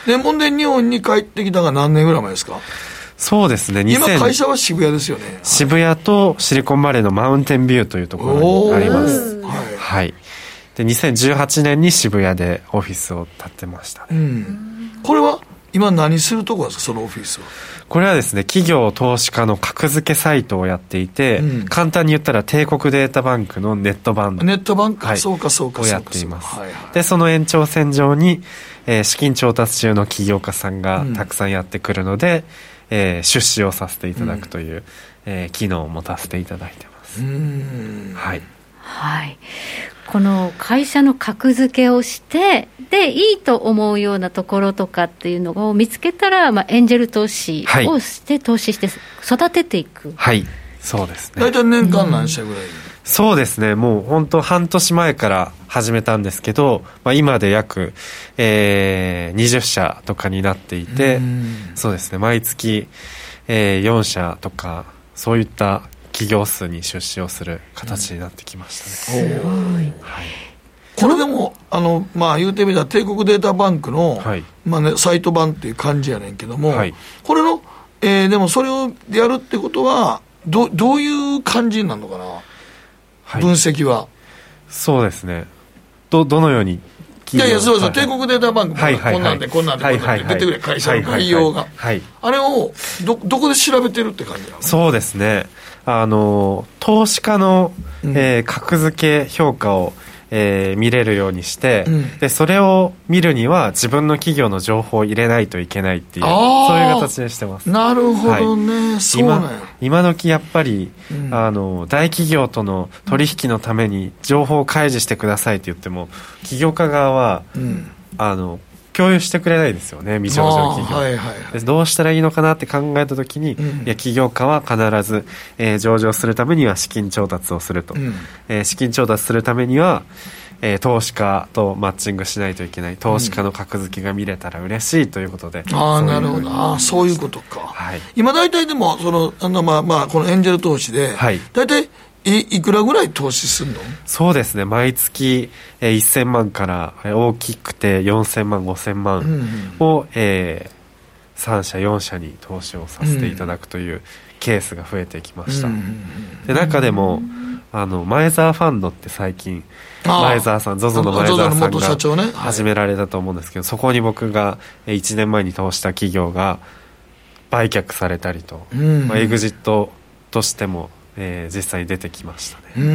でほんで日本に帰ってきたが何年ぐらい前ですか？ そうですね、 今会社は渋谷ですよね。 渋谷とシリコンバレーのマウンテンビューというところにあります。はい、はい、で2018年に渋谷でオフィスを建てましたね。 これは今何するところですか、そのオフィスは？ これはですね、企業投資家の格付けサイトをやっていて、簡単に言ったら帝国データバンクのネット版ネットバンク、はい、そうかをやっています。はいはい、でその延長線上に、資金調達中の起業家さんがたくさんやってくるので、出資をさせていただくという、機能を持たせていただいてます。はい、 はい、この会社の格付けをしてでいいと思うようなところとかっていうのを見つけたら、エンジェル投資をして投資して育てていく。 はい、そうですね。 大体年間何社ぐらい？ そうですね、もう本当半年前から始めたんですけど、今で約、20社とかになっていて、そうですね、毎月、4社とかそういった企業数に出資をする形になってきましたね。 すごい、はい、 これでも言うてみたら帝国データバンクの、はい、サイト版っていう感じやねんけども、はい、これの、でもそれをやるってことはどういう感じになるのかな、はい、分析は。 そうですね、どのようにそう、帝国データバンクもこんなんでこんなんでこんなんで出てくる会社の概要が、あれをどこで調べてるって感じなの？ そうですね、投資家の、格付け評価を、見れるようにして、でそれを見るには自分の企業の情報を入れないといけないっていう、そういう形にしてます。 なるほどね、はい、そうなんや。 今時やっぱり、大企業との取引のために情報を開示してくださいって言っても起業家側は、共有してくれないですよね、未上場企業、でどうしたらいいのかなって考えたときに、いや起業家は必ず、上場するためには資金調達をすると、資金調達するためには、投資家とマッチングしないといけない、投資家の格付けが見れたら嬉しいということで、 なるほど、そういうことか、はい、今大体でもこのエンジェル投資で、はい、大体いくらぐらい投資するの？ そうですね、毎月1000万から大きくて4000万5000万を、3社4社に投資をさせていただくというケースが増えてきました。で中でも前澤ファンドって最近前澤さん ZOZO の前澤さんが始められたと思うんですけど、そこに僕が1年前に投資した企業が売却されたりと、エグジットとしても実際に出てきましたね。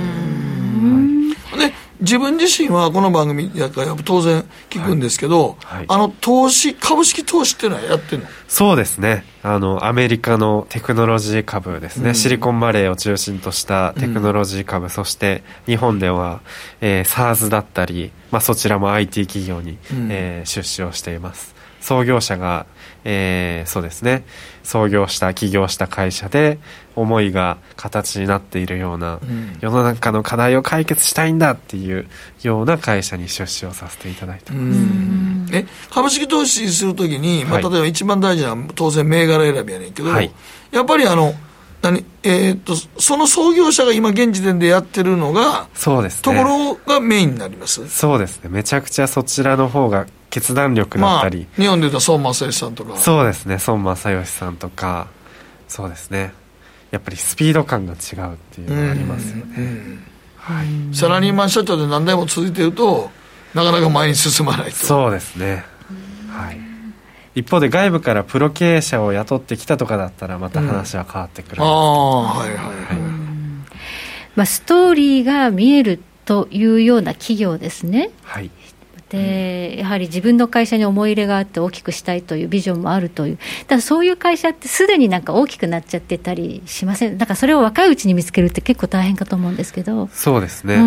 で自分自身はこの番組やから当然聞くんですけど、投資株式投資っていうのはやってるの？ そうですね、アメリカのテクノロジー株ですね、シリコンバレーを中心としたテクノロジー株、そして日本では、SARS だったり、そちらも IT 企業に、出資をしています。創業者が、そうですね、起業した会社で思いが形になっているような、世の中の課題を解決したいんだっていうような会社に出資をさせていただいてます。 株式投資するときに、例えば一番大事な当然銘柄選びやねんけど、やっぱりその創業者が今現時点でやってるのが、 そうですね、 ところがメインになります。 そうですね、めちゃくちゃそちらの方が決断力だったり、 日本でいうと孫正義さんとか、 そうですね、孫正義さんとか、そうですね、やっぱりスピード感が違うっていうのがありますよね。 サラリーマン社長で何代も続いているとなかなか前に進まないと。 そうですね、はい。一方で外部からプロ経営者を雇ってきたとかだったらまた話は変わってくるんです。 ストーリーが見えるというような企業ですね。 はい。 でやはり自分の会社に思い入れがあって大きくしたいというビジョンもあるという、ただそういう会社ってすでになんか大きくなっちゃってたりしません？だからそれを若いうちに見つけるって結構大変かと思うんですけど。 そうですね、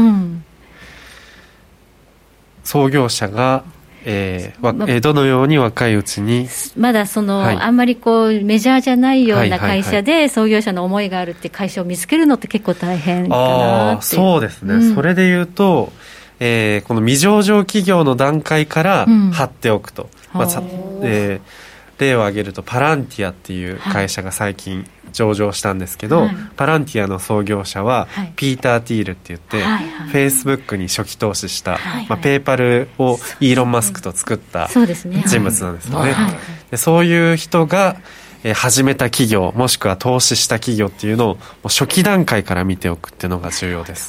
創業者がどのように若いうちにまだあんまりメジャーじゃないような会社で創業者の思いがあるって会社を見つけるのって結構大変かなって。 そうですね、それでいうと、この未上場企業の段階から張っておくと、レ例を挙げるとパランティアっていう会社が最近上場したんですけど、パランティアの創業者はピーター・ティールって言って、フェイスブックに初期投資した、ペーパルをイーロン・マスクと作った人物なんですよね。でそういう人が始めた企業もしくは投資した企業っていうのを初期段階から見ておくっていうのが重要です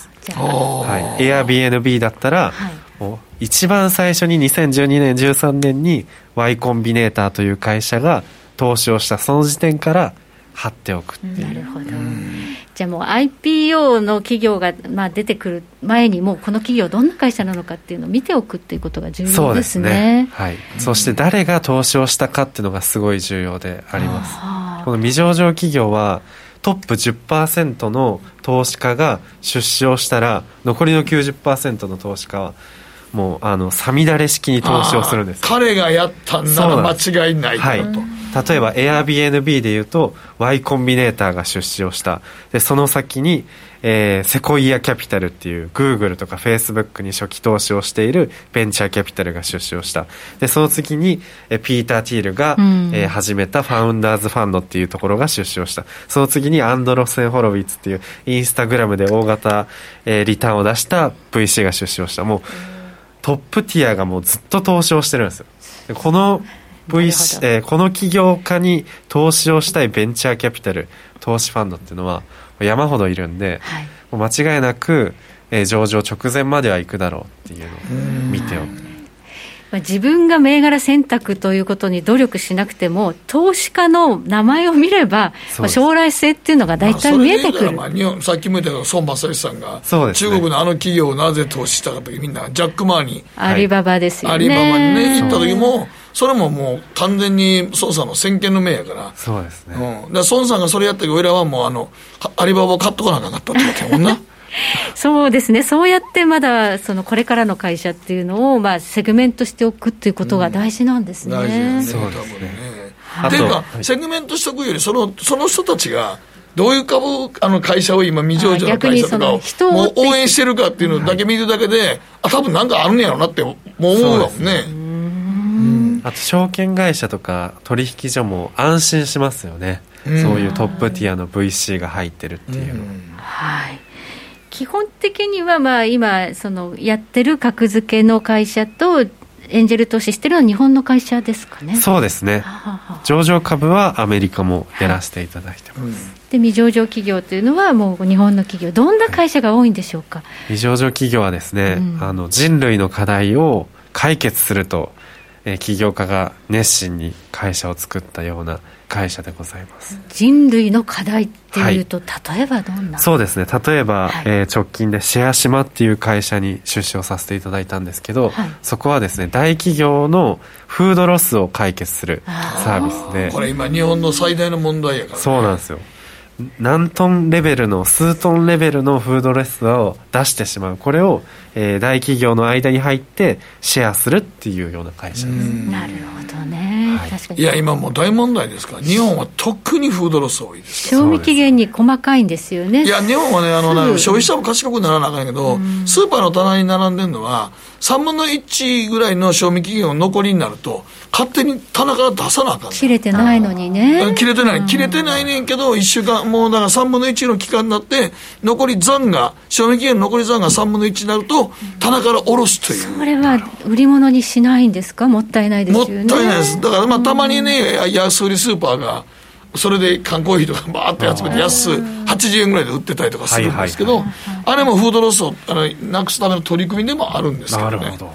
。Airbnb だったら、もう一番最初に2012年13年に Y コンビネーターという会社が投資をしたその時点から貼っておくっていう。なるほど。 じゃあもう IPO の企業が出てくる前にもうこの企業どんな会社なのかっていうのを見ておくっていうことが重要ですね。そうですね。そして誰が投資をしたかっていうのがすごい重要であります。この未上場企業はトップ 10% の投資家が出資をしたら残りの 90% の投資家はもうさみだれ式に投資をするんです。 彼がやったんなら間違いないだろうと。 例えば Airbnb でいうと Y コンビネーターが出資をした。でその先に、セコイアキャピタルっていう Google とか Facebook に初期投資をしているベンチャーキャピタルが出資をした。でその次にピーター・ティールが、始めたファウンダーズファンドっていうところが出資をした。その次にアンドロッセン・ホロウィッツっていうインスタグラムで大型、リターンを出した VC が出資をした。もうトップティアがもうずっと投資をしてるんですよ。でこのこの起業家に投資をしたいベンチャーキャピタル投資ファンドっていうのは山ほどいるんで、もう間違いなく、上場直前までは行くだろうっていうのを見ておく。 自分が銘柄選択ということに努力しなくても投資家の名前を見れば、将来性っていうのが大体見えてくる。 日本さっきも言ったけど孫正義さんが、中国の企業をなぜ投資したかというみんなジャック・マーにアリババですよね。 アリババにね行った時もそれももう完全に孫さんの先見の明やから。 そうですね。 だから孫さんがそれやったけど俺らはもうアリババを買っとかなかったってことやもんな。 そうですね。そうやってまだこれからの会社っていうのをセグメントしておくっていうことが大事なんですね。 大事ですね。そうですね。っていうかセグメントしておくよりその人たちがどういう会社を今未上場の会社とかをもう応援してるかっていうのだけ見るだけで、多分なんかあるんやろうなってもう思うわもんね。 あと証券会社とか取引所も安心しますよね。そういうトップティアの VC が入ってるっていうの。 基本的には今やってる格付けの会社とエンジェル投資してるのは日本の会社ですかね。 そうですね。上場株はアメリカもやらせていただいてます。 で未上場企業というのはもう日本の企業どんな会社が多いんでしょうか。 未上場企業はですね、人類の課題を解決すると、起業家が熱心に会社を作ったような会社でございます。 人類の課題っていうと、例えばどんな。 そうですね。例えば、直近でシェアシマっていう会社に出資をさせていただいたんですけど、そこはですね大企業のフードロスを解決するサービスで、 これ今日本の最大の問題やから、ね、 そうなんですよ。何トンレベルの数トンレベルのフードロスを出してしまう。これを、大企業の間に入ってシェアするっていうような会社です。 なるほどね、確かに。 いや今もう大問題ですから日本は特にフードロス多いです。 賞味期限に細かいんですよね。 いや日本はね消費者も賢くならなあかんけど、スーパーの棚に並んでるのは3分の1ぐらいの賞味期限を残りになると勝手に棚から出さなあかん。 切れてないのにね。 切れてないねんけど1週間もうだから3分の1の期間になって残り残が賞味期限の残り残が3分の1になると棚から下ろすという。 それは売り物にしないんですか。もったいないですよね。 もったいないです。だからたまにね安売りスーパーがそれで缶コーヒーとかバーって集めて安80円ぐらいで売ってたりとかするんですけど、あれもフードロスをなくすための取り組みでもあるんですけどね。なるほど、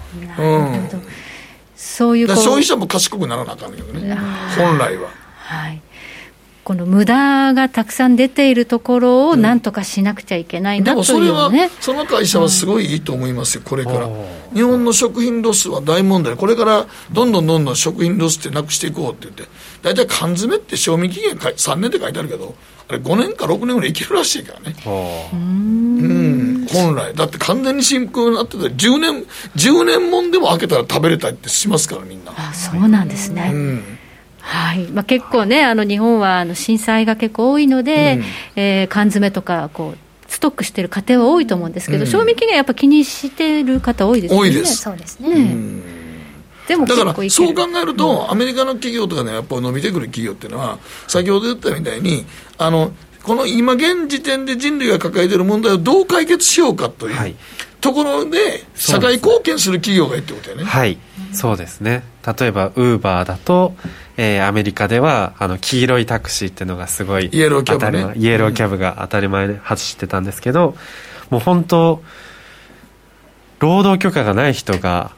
そういう消費者も賢くならなあかんけどね本来は。 この無駄がたくさん出ているところを何とかしなくちゃいけないなというね。でもそれはその会社はすごいいいと思いますよ。これから日本の食品ロスは大問題。これからどんどん食品ロスってなくしていこうって言って、だいたい缶詰って賞味期限3年って書いてあるけどあれ5年か6年ぐらいいけるらしいからね。本来だって完全に真空になってて10年もんでも開けたら食べれたりってしますからみんな。 そうなんですね。結構ね日本は震災が結構多いので、缶詰とかストックしてる家庭は多いと思うんですけど、賞味期限やっぱ気にしてる方多いですよね。 多いです。 そうですね。 でもだからそう考えると、アメリカの企業とかね、やっぱ伸びてくる企業っていうのは、先ほど言ったみたいにこの今現時点で人類が抱えている問題をどう解決しようかという、はい、ところで社会貢献する企業がいいってことだよね。 はい、そうですね。例えばウーバーだと、アメリカでは黄色いタクシーっていうのがすごいイエローキャブね、 イエローキャブが当たり前で走ってたんですけど、もう本当労働許可がない人が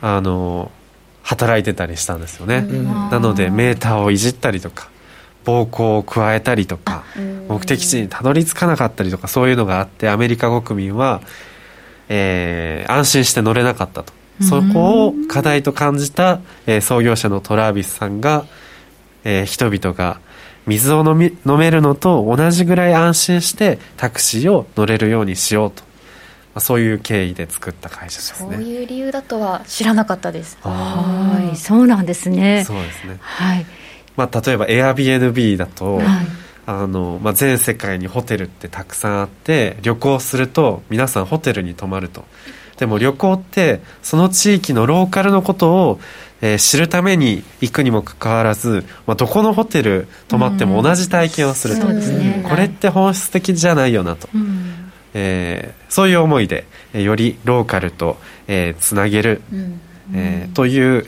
働いてたりしたんですよね。なのでメーターをいじったりとか暴行を加えたりとか目的地にたどり着かなかったりとか、そういうのがあってアメリカ国民は、安心して乗れなかったと。そこを課題と感じた、創業者のトラービスさんが、人々が水を飲めるのと同じぐらい安心してタクシーを乗れるようにしようと、そういう経緯で作った会社ですね。 そういう理由だとは知らなかったです。 はい、そうなんですね。 そうですね。 はい。 例えば Airbnb だと、はい、全世界にホテルってたくさんあって、旅行すると皆さんホテルに泊まると。でも旅行ってその地域のローカルのことを、知るために行くにもかかわらず、どこのホテル泊まっても同じ体験をすると、そうですね、これって本質的じゃないよなと、そういう思いで、よりローカルと、つなげる、という、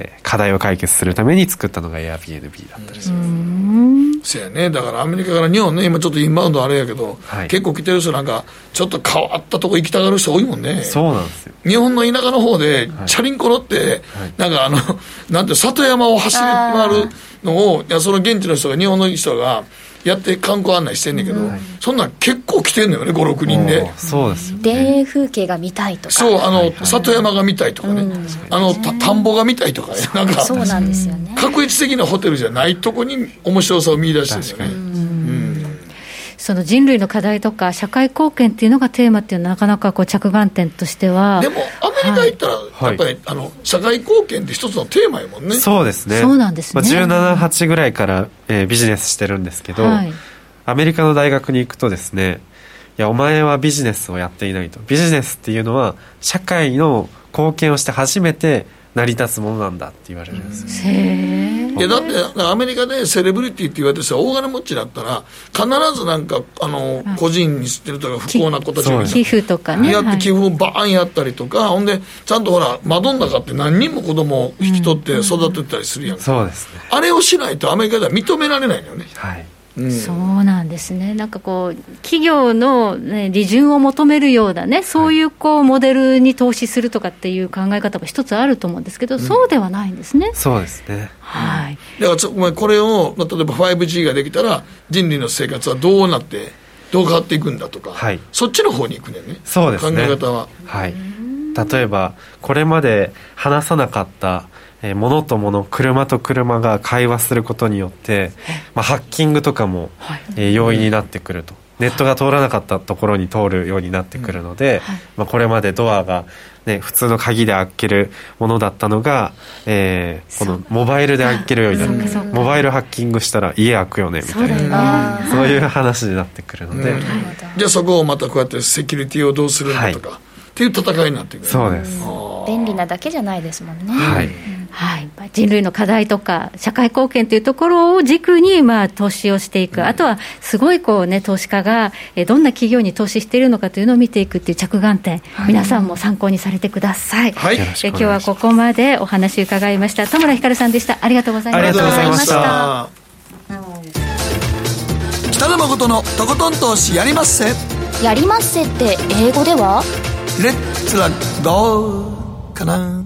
課題を解決するために作ったのが Airbnb だったりします。 そうやね。だからアメリカから日本ね、今ちょっとインバウンドあれやけど、はい、結構来てる人なんかちょっと変わったとこ行きたがる人多いもんね。 そうなんですよ。 日本の田舎の方でチャリンコ乗って、はい、なんかなんて里山を走り回るのを、いやその現地の人が、日本の人がやって観光案内してんねんけど、そんなん結構来てんのよね、5、6人で。 そうですよね。 田園風景が見たいとか、 そう、里山が見たいとかね、田んぼが見たいとかね、なんかそうなんですよね。 確一的なホテルじゃないとこに面白さを見出してるよね。 その人類の課題とか社会貢献っていうのがテーマっていうのはなかなか着眼点としては。 でもアメリカ行ったらやっぱり、社会貢献って一つのテーマやもんね。 そうですね。 そうなんですね。 17、8ぐらいから、ビジネスしてるんですけど、はい、アメリカの大学に行くとですね、いやお前はビジネスをやっていないと。ビジネスっていうのは社会の貢献をして初めて成り立つものなんだって言われるんですよ。 いやだってアメリカでセレブリティって言われてさ、大金持ちだったら必ずなんか個人に知ってるとか不幸な子たちが寄付とかね、 やって寄付をバーンやったりとか、ほんでちゃんとほらマドンナかって何人も子供を引き取って育てたりするやんか、 そうですね。 あれをしないとアメリカでは認められないのよね。 はい。 そうなんですね。なんか企業の、利潤を求めるようなね、そういうモデルに投資するとかっていう考え方も一つあると思うんですけど、そうではないんですね。 そうですね。 はい。 だからこれを例えば 5G ができたら人類の生活はどうなってどう変わっていくんだとか、はい、そっちの方に行くねんね。 そうですね。 考え方は。 はい。例えばこれまで話さなかった物と物、車と車が会話することによって、ハッキングとかも、容易になってくると。ネットが通らなかったところに通るようになってくるので、これまでドアが、普通の鍵で開けるものだったのが、このモバイルで開けるようになる。モバイルハッキングしたら家開くよねみたいな、そういう話になってくるので、 じゃあそこをまたこうやってセキュリティをどうするんだとか、っていう戦いになっていく、ね、 そうです。 便利なだけじゃないですもんね。 はい。 はい、人類の課題とか社会貢献というところを軸に投資をしていく、あとはすごい投資家がどんな企業に投資しているのかというのを見ていくっていう着眼点、皆さんも参考にされてください。はい、今日はここまでお話伺いました。田村ひかるさんでした。ありがとうございました。 ありがとうございました。 北野誠のとことん投資やりまっせ。 やりまっせって英語ではレッツラゴーかな。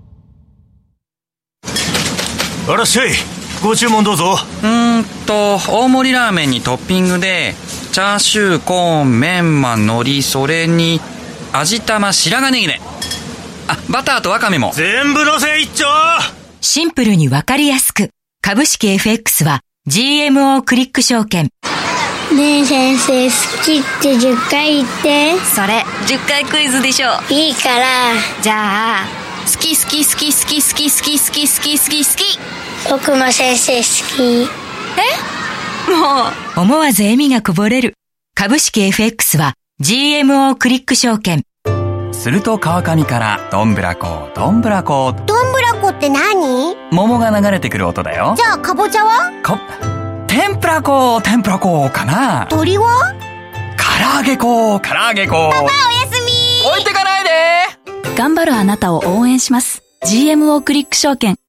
あらっしゃい、ご注文どうぞ。 大盛りラーメンにトッピングでチャーシュー、コーン、メンマ、海苔、それに味玉、白髪ネギね。あ、バターとワカメも全部のせ一丁。 シンプルにわかりやすく、株式 FX は GMO クリック証券。 ねえ先生、好きって10回言って。 それ10回クイズでしょ。 いいから。 じゃあ、好き好き好き好き好き好き好き好き好き好き。 僕も先生好き。 もう思わず笑みがこぼれる。株式 FX は GMO クリック証券。 すると川上からどんぶらこどんぶらこ。 どんぶらこっって何？ 桃が流れてくる音だよ。 じゃあかぼちゃは？ 天ぷら粉かな。 鳥は？ 唐揚げ粉。 パパおやすみ。 置いてかないで。 頑張るあなたを応援します。 GMO クリック証券。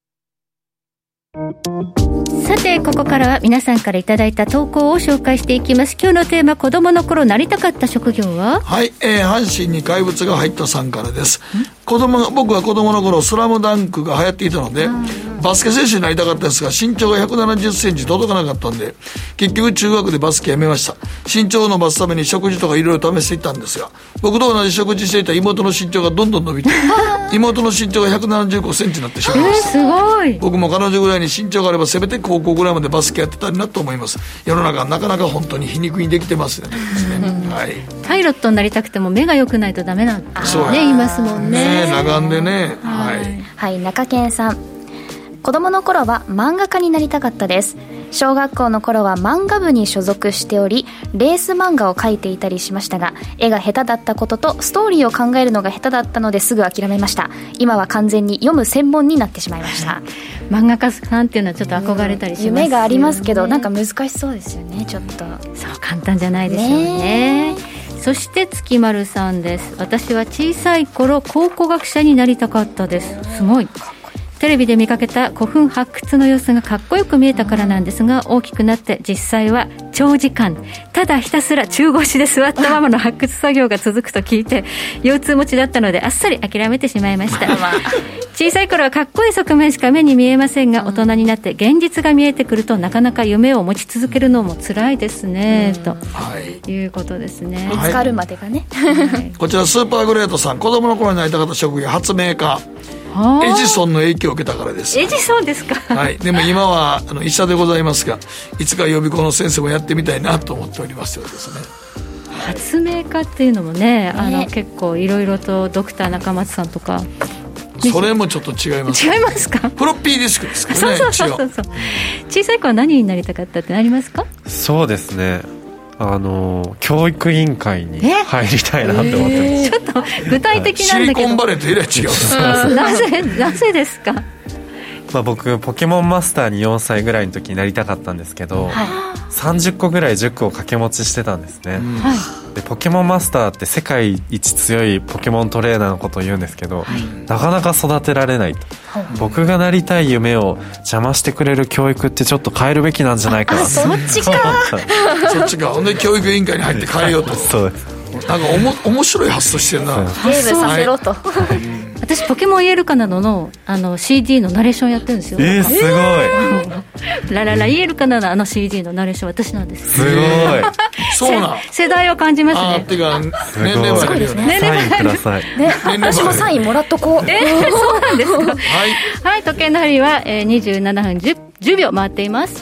さてここからは皆さんからいただいた投稿を紹介していきます。今日のテーマ、子供の頃なりたかった職業は？ はい、阪神に怪物が入ったさんからです。僕は子供の頃スラムダンクが流行っていたのでバスケ選手になりたかったですが、身長が170センチ届かなかったんで結局中学でバスケやめました。身長を伸ばすために食事とかいろいろ試していったんですが、僕と同じ食事していた妹の身長がどんどん伸びて妹の身長が175センチになってしまいました。 すごい。 僕も彼女ぐらいに身長があればせめて高校ぐらいまでバスケやってたいなと思います。世の中はなかなか本当に皮肉にできてますね。はい、 パイロットになりたくても目が良くないとダメなんですね、言いますもんね。 裸眼でね。 はい、中堅さん、子供の頃は漫画家になりたかったです。小学校の頃は漫画部に所属しておりレース漫画を描いていたりしましたが、絵が下手だったこととストーリーを考えるのが下手だったのですぐ諦めました。今は完全に読む専門になってしまいました。 漫画家さんっていうのはちょっと憧れたりしますよね。 夢がありますけどなんか難しそうですよね。ちょっとそう簡単じゃないですよね。そして月丸さんです。私は小さい頃考古学者になりたかったです。すごい。テレビで見かけた古墳発掘の様子がかっこよく見えたからなんですが、大きくなって実際は長時間ただひたすら中腰で座ったままの発掘作業が続くと聞いて腰痛持ちだったのであっさり諦めてしまいました。小さい頃はかっこいい側面しか目に見えませんが、大人になって現実が見えてくるとなかなか夢を持ち続けるのも辛いですね、ということですね。 見つかるまでがね、 こちらスーパーグレートさん、子供の頃になりたかった職業発明家。エジソンの影響を受けたからです。 エジソンですか。 はい、でも今は医者でございますが、いつか予備校の先生もやってみたいなと思っておりますようですね。 発明家っていうのもね、結構いろいろとドクター中松さんとか。 それもちょっと違います。 違いますか。 フロッピーディスクですかね。 そう小さい子は何になりたかったってありますか？ そうですね、教育委員会に入りたいなって思ってます。 ちょっと具体的なんだけど、 シリコンバレーとえらい違う。 なぜですか？ 僕ポケモンマスターに4歳ぐらいの時になりたかったんですけど、30個ぐらい塾を掛け持ちしてたんですね、でポケモンマスターって世界一強いポケモントレーナーのことを言うんですけど、なかなか育てられないと、僕がなりたい夢を邪魔してくれる教育ってちょっと変えるべきなんじゃないかな。 そっちかそっちか。ほんで教育委員会に入って変えようと。 そうです。 なんか面白い発想してるな。 ゲームさせろと。 私ポケモンイエルカナのCD のナレーションやってるんですよ。 すごい。 ララライエルカナのCD のナレーション私なんです。 すごい。 そうなん。 世代を感じますね。 てか年齢はあるよね。 サインください。 私もサインもらっとこう。 そうなんですか。はい、時計の針は27分10秒回っています。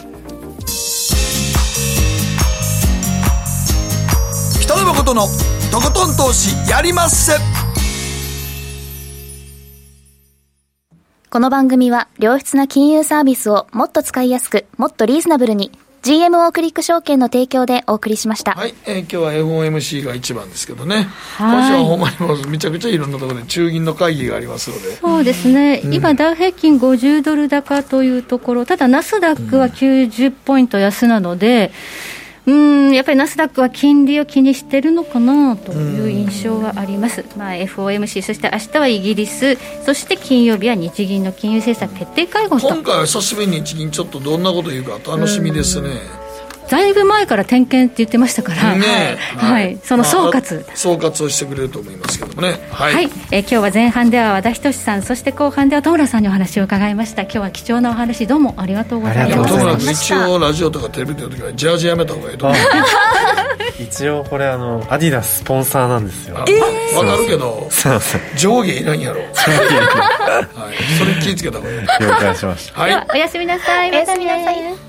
北野誠のとことん投資やりまっせ。 この番組は良質な金融サービスをもっと使いやすくもっとリーズナブルに GMO クリック証券の提供でお送りしました。 はい、今日は FOMC が一番ですけどね、今週はほんまにもうめちゃくちゃいろんなところで中銀の会議がありますので。 そうですね、今ダウ平均50ドル高というところ、ただナスダックは90ポイント安なので、やっぱりナスダックは金利を気にしてるのかなという印象はあります。FOMC、そして明日はイギリス、そして金曜日は日銀の金融政策決定会合と。 今回は久しぶりに日銀ちょっとどんなこと言うか楽しみですね。 だいぶ前から点検って言ってましたからね、その総括をしてくれると思いますけどもね。 今日は前半では和田仁さん、そして後半では戸村さんにお話を伺いました。今日は貴重なお話どうもありがとうございます。 戸村君一応ラジオとかテレビ出るときはジャージやめた方がいいと思う。 一応これアディダススポンサーなんですよ。 わかるけど上下いらんやろ。それ気ぃつけた方がいい。 了解しました。 ではおやすみなさい。 おやすみなさい。